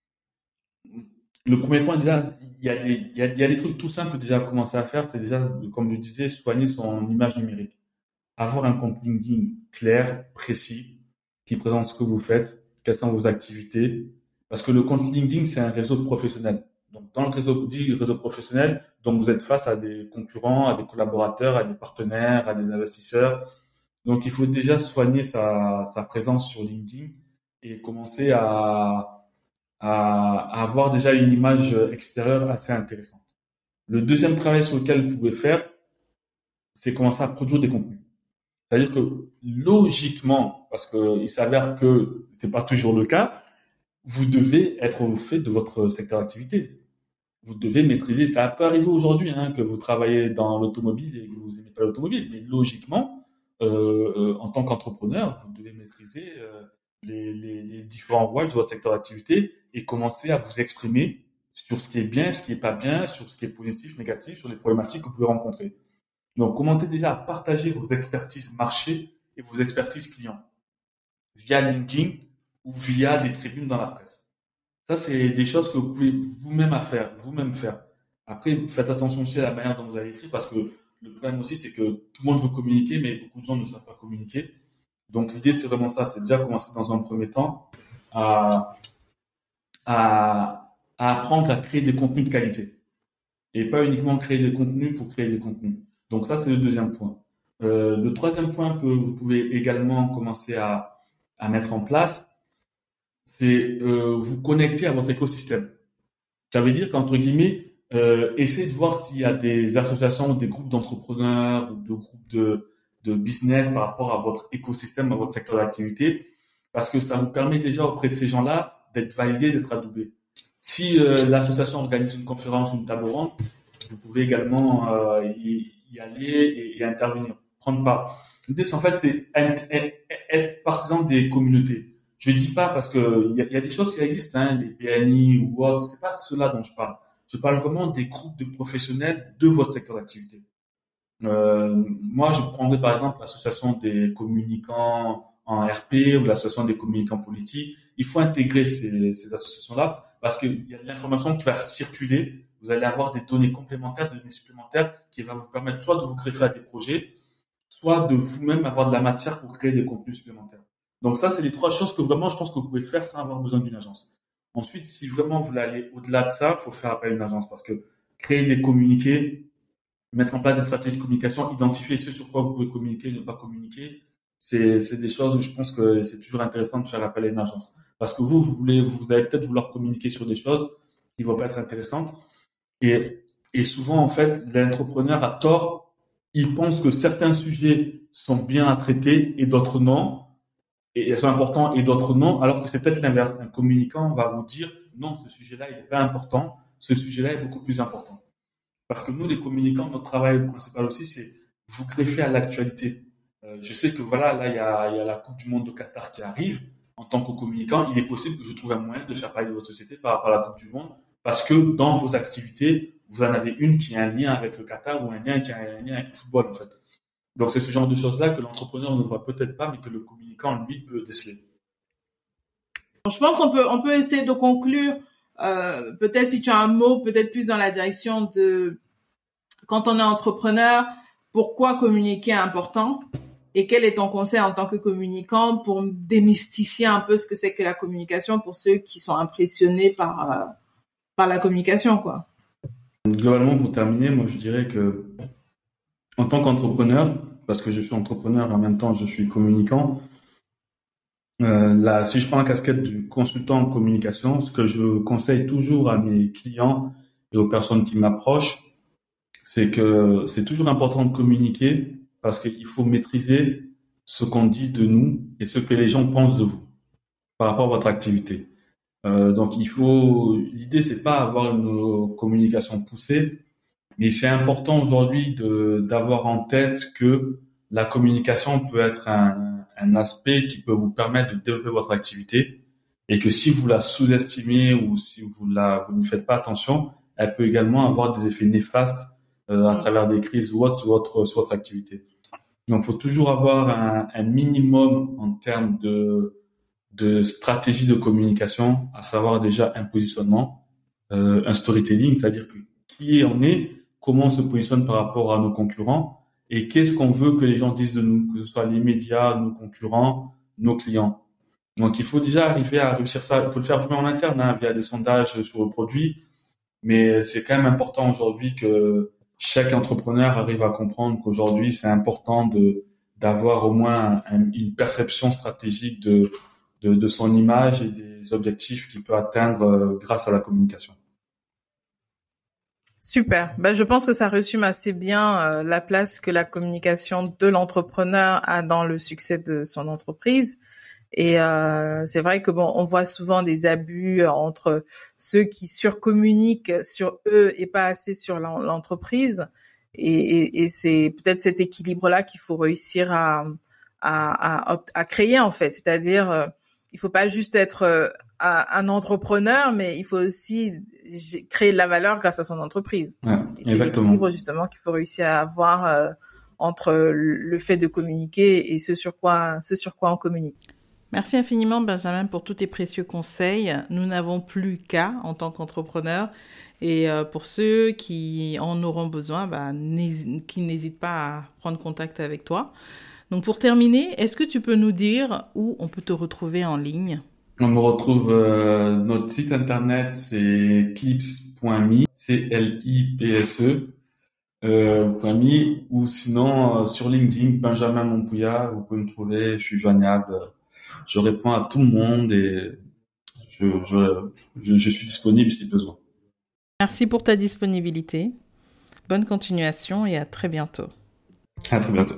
Le premier point, déjà, il y a des, il y a, il y a des trucs tout simples déjà à commencer à faire. C'est déjà, comme je disais, soigner son image numérique. Avoir un compte LinkedIn clair, précis, qui présente ce que vous faites, quelles sont vos activités. Parce que le compte LinkedIn, c'est un réseau professionnel. Donc, dans le réseau, dit réseau professionnel, donc vous êtes face à des concurrents, à des collaborateurs, à des partenaires, à des investisseurs. Donc, il faut déjà soigner sa, sa présence sur LinkedIn et commencer à, à, à avoir déjà une image extérieure assez intéressante. Le deuxième travail sur lequel vous pouvez faire, c'est commencer à produire des contenus. C'est-à-dire que logiquement, parce qu'il s'avère que c'est pas toujours le cas, vous devez être au fait de votre secteur d'activité. Vous devez maîtriser. Ça peut arriver aujourd'hui hein, que vous travaillez dans l'automobile et que vous n'aimez pas l'automobile, mais logiquement, euh, euh, en tant qu'entrepreneur, vous devez maîtriser euh, les, les, les différents rouages de votre secteur d'activité et commencer à vous exprimer sur ce qui est bien, ce qui est pas bien, sur ce qui est positif, négatif, sur les problématiques que vous pouvez rencontrer. Donc, commencez déjà à partager vos expertises marché et vos expertises clients via LinkedIn ou via des tribunes dans la presse. Ça, c'est des choses que vous pouvez vous-même à faire, vous-même faire. Après, faites attention aussi à la manière dont vous allez écrire parce que le problème aussi, c'est que tout le monde veut communiquer, mais beaucoup de gens ne savent pas communiquer. Donc, l'idée, c'est vraiment ça. C'est déjà commencer dans un premier temps à, à, à apprendre à créer des contenus de qualité et pas uniquement créer des contenus pour créer des contenus. Donc, ça, c'est le deuxième point. Euh, le troisième point que vous pouvez également commencer à, à mettre en place, c'est euh, vous connecter à votre écosystème. Ça veut dire qu'entre guillemets, euh, essayez de voir s'il y a des associations ou des groupes d'entrepreneurs ou de groupes de, de business par rapport à votre écosystème, à votre secteur d'activité, parce que ça vous permet déjà auprès de ces gens-là d'être validé, d'être adoubé. Si euh, l'association organise une conférence ou une table ronde, vous pouvez également euh, y, y aller et, et intervenir, prendre part. L'idée, c'est en fait, c'est être, être, être partisan des communautés. Je ne dis pas parce que il y, y a des choses qui existent, hein, les P N I ou autres. C'est pas cela dont je parle. Je parle vraiment des groupes de professionnels de votre secteur d'activité. Euh, moi, je prendrais par exemple l'association des communicants en R P ou l'association des communicants politiques. Il faut intégrer ces, ces associations-là parce qu'il y a de l'information qui va circuler. Vous allez avoir des données complémentaires, des données supplémentaires qui vont vous permettre soit de vous greffer à des projets, soit de vous-même avoir de la matière pour créer des contenus supplémentaires. Donc ça, c'est les trois choses que vraiment, je pense que vous pouvez faire sans avoir besoin d'une agence. Ensuite, si vraiment vous voulez aller au-delà de ça, il faut faire appel à une agence parce que créer des communiqués, mettre en place des stratégies de communication, identifier ce sur quoi vous pouvez communiquer et ne pas communiquer, c'est, c'est des choses où je pense que c'est toujours intéressant de faire appel à une agence. Parce que vous, vous voulez, vous allez peut-être vouloir communiquer sur des choses qui vont pas être intéressantes. Et, et souvent, en fait, l'entrepreneur a tort. Il pense que certains sujets sont bien à traiter et d'autres non. Et elles sont importants et d'autres non, alors que c'est peut-être l'inverse. Un communicant va vous dire non, ce sujet-là, il n'est pas important, ce sujet-là est beaucoup plus important. Parce que nous, les communicants, notre travail principal aussi, c'est vous greffer à l'actualité. Euh, je sais que voilà, là, il y a, il y a la Coupe du Monde de Qatar qui arrive. En tant que communicant, il est possible que je trouve un moyen de faire parler de votre société par rapport à la Coupe du Monde, parce que dans vos activités, vous en avez une qui a un lien avec le Qatar ou un lien qui a un lien avec le football, en fait. Donc, c'est ce genre de choses-là que l'entrepreneur ne voit peut-être pas, mais que le communicant, lui, peut déceler. Je pense qu'on peut, on peut essayer de conclure, euh, peut-être si tu as un mot, peut-être plus dans la direction de, quand on est entrepreneur, pourquoi communiquer est important et quel est ton conseil en tant que communicant pour démystifier un peu ce que c'est que la communication pour ceux qui sont impressionnés par, euh, par la communication, quoi. Globalement, pour terminer, moi, je dirais que, en tant qu'entrepreneur, parce que je suis entrepreneur et en même temps je suis communicant, euh, là, si je prends la casquette du consultant en communication, ce que je conseille toujours à mes clients et aux personnes qui m'approchent, c'est que c'est toujours important de communiquer parce qu'il faut maîtriser ce qu'on dit de nous et ce que les gens pensent de vous par rapport à votre activité. Euh, donc il faut, l'idée c'est pas avoir une communication poussée, mais c'est important aujourd'hui de d'avoir en tête que la communication peut être un, un aspect qui peut vous permettre de développer votre activité et que si vous la sous-estimez ou si vous la vous ne faites pas attention, elle peut également avoir des effets néfastes euh, à travers des crises ou autre sur votre sur votre activité. Donc il faut toujours avoir un, un minimum en termes de de stratégie de communication, à savoir déjà un positionnement, euh, un storytelling, c'est-à-dire que qui on est, comment on se positionne par rapport à nos concurrents et qu'est-ce qu'on veut que les gens disent de nous, que ce soit les médias, nos concurrents, nos clients. Donc il faut déjà arriver à réussir ça. Il faut le faire vous-même en interne hein, via des sondages sur le produit, mais c'est quand même important aujourd'hui que chaque entrepreneur arrive à comprendre qu'aujourd'hui c'est important de d'avoir au moins un, une perception stratégique de De, de son image et des objectifs qu'il peut atteindre euh, grâce à la communication. Super. Ben, je pense que ça résume assez bien euh, la place que la communication de l'entrepreneur a dans le succès de son entreprise. Et euh, c'est vrai que bon, on voit souvent des abus entre ceux qui surcommuniquent sur eux et pas assez sur l'entreprise. Et, et, et c'est peut-être cet équilibre-là qu'il faut réussir à, à, à, à créer en fait. C'est-à-dire euh, il faut pas juste être euh, un entrepreneur, mais il faut aussi créer de la valeur grâce à son entreprise. Ouais, et c'est l'équilibre justement qu'il faut réussir à avoir euh, entre le fait de communiquer et ce sur quoi, ce sur quoi on communique. Merci infiniment Benjamin pour tous tes précieux conseils. Nous n'avons plus qu'à en tant qu'entrepreneurs. Et euh, pour ceux qui en auront besoin, bah, qui n'hésitent pas à prendre contact avec toi. Donc pour terminer, est-ce que tu peux nous dire où on peut te retrouver en ligne ? On me retrouve, euh, notre site internet c'est clips point me, C L I P S E, euh, .me, ou sinon euh, sur LinkedIn, Benjamin Mompouya, vous pouvez me trouver, je suis joignable, je réponds à tout le monde et je, je, je, je suis disponible si besoin. Merci pour ta disponibilité, bonne continuation et à très bientôt. À très bientôt.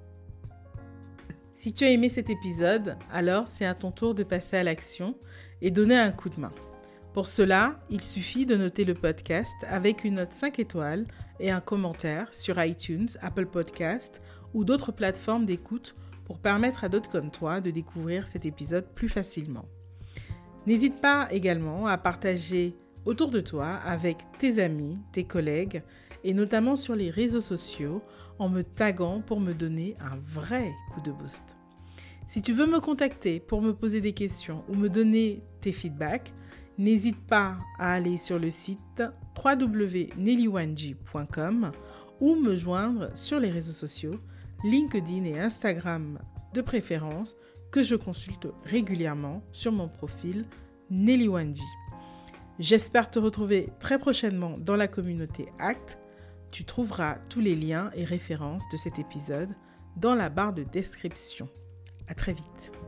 Si tu as aimé cet épisode, alors c'est à ton tour de passer à l'action et donner un coup de main. Pour cela, il suffit de noter le podcast avec une note cinq étoiles et un commentaire sur iTunes, Apple Podcasts ou d'autres plateformes d'écoute pour permettre à d'autres comme toi de découvrir cet épisode plus facilement. N'hésite pas également à partager autour de toi avec tes amis, tes collègues et notamment sur les réseaux sociaux en me taguant pour me donner un vrai coup de boost. Si tu veux me contacter pour me poser des questions ou me donner tes feedbacks, n'hésite pas à aller sur le site w w w point nellywanji point com ou me joindre sur les réseaux sociaux, LinkedIn et Instagram de préférence, que je consulte régulièrement sur mon profil nellywanji. J'espère te retrouver très prochainement dans la communauté Act. Tu trouveras tous les liens et références de cet épisode dans la barre de description. À très vite.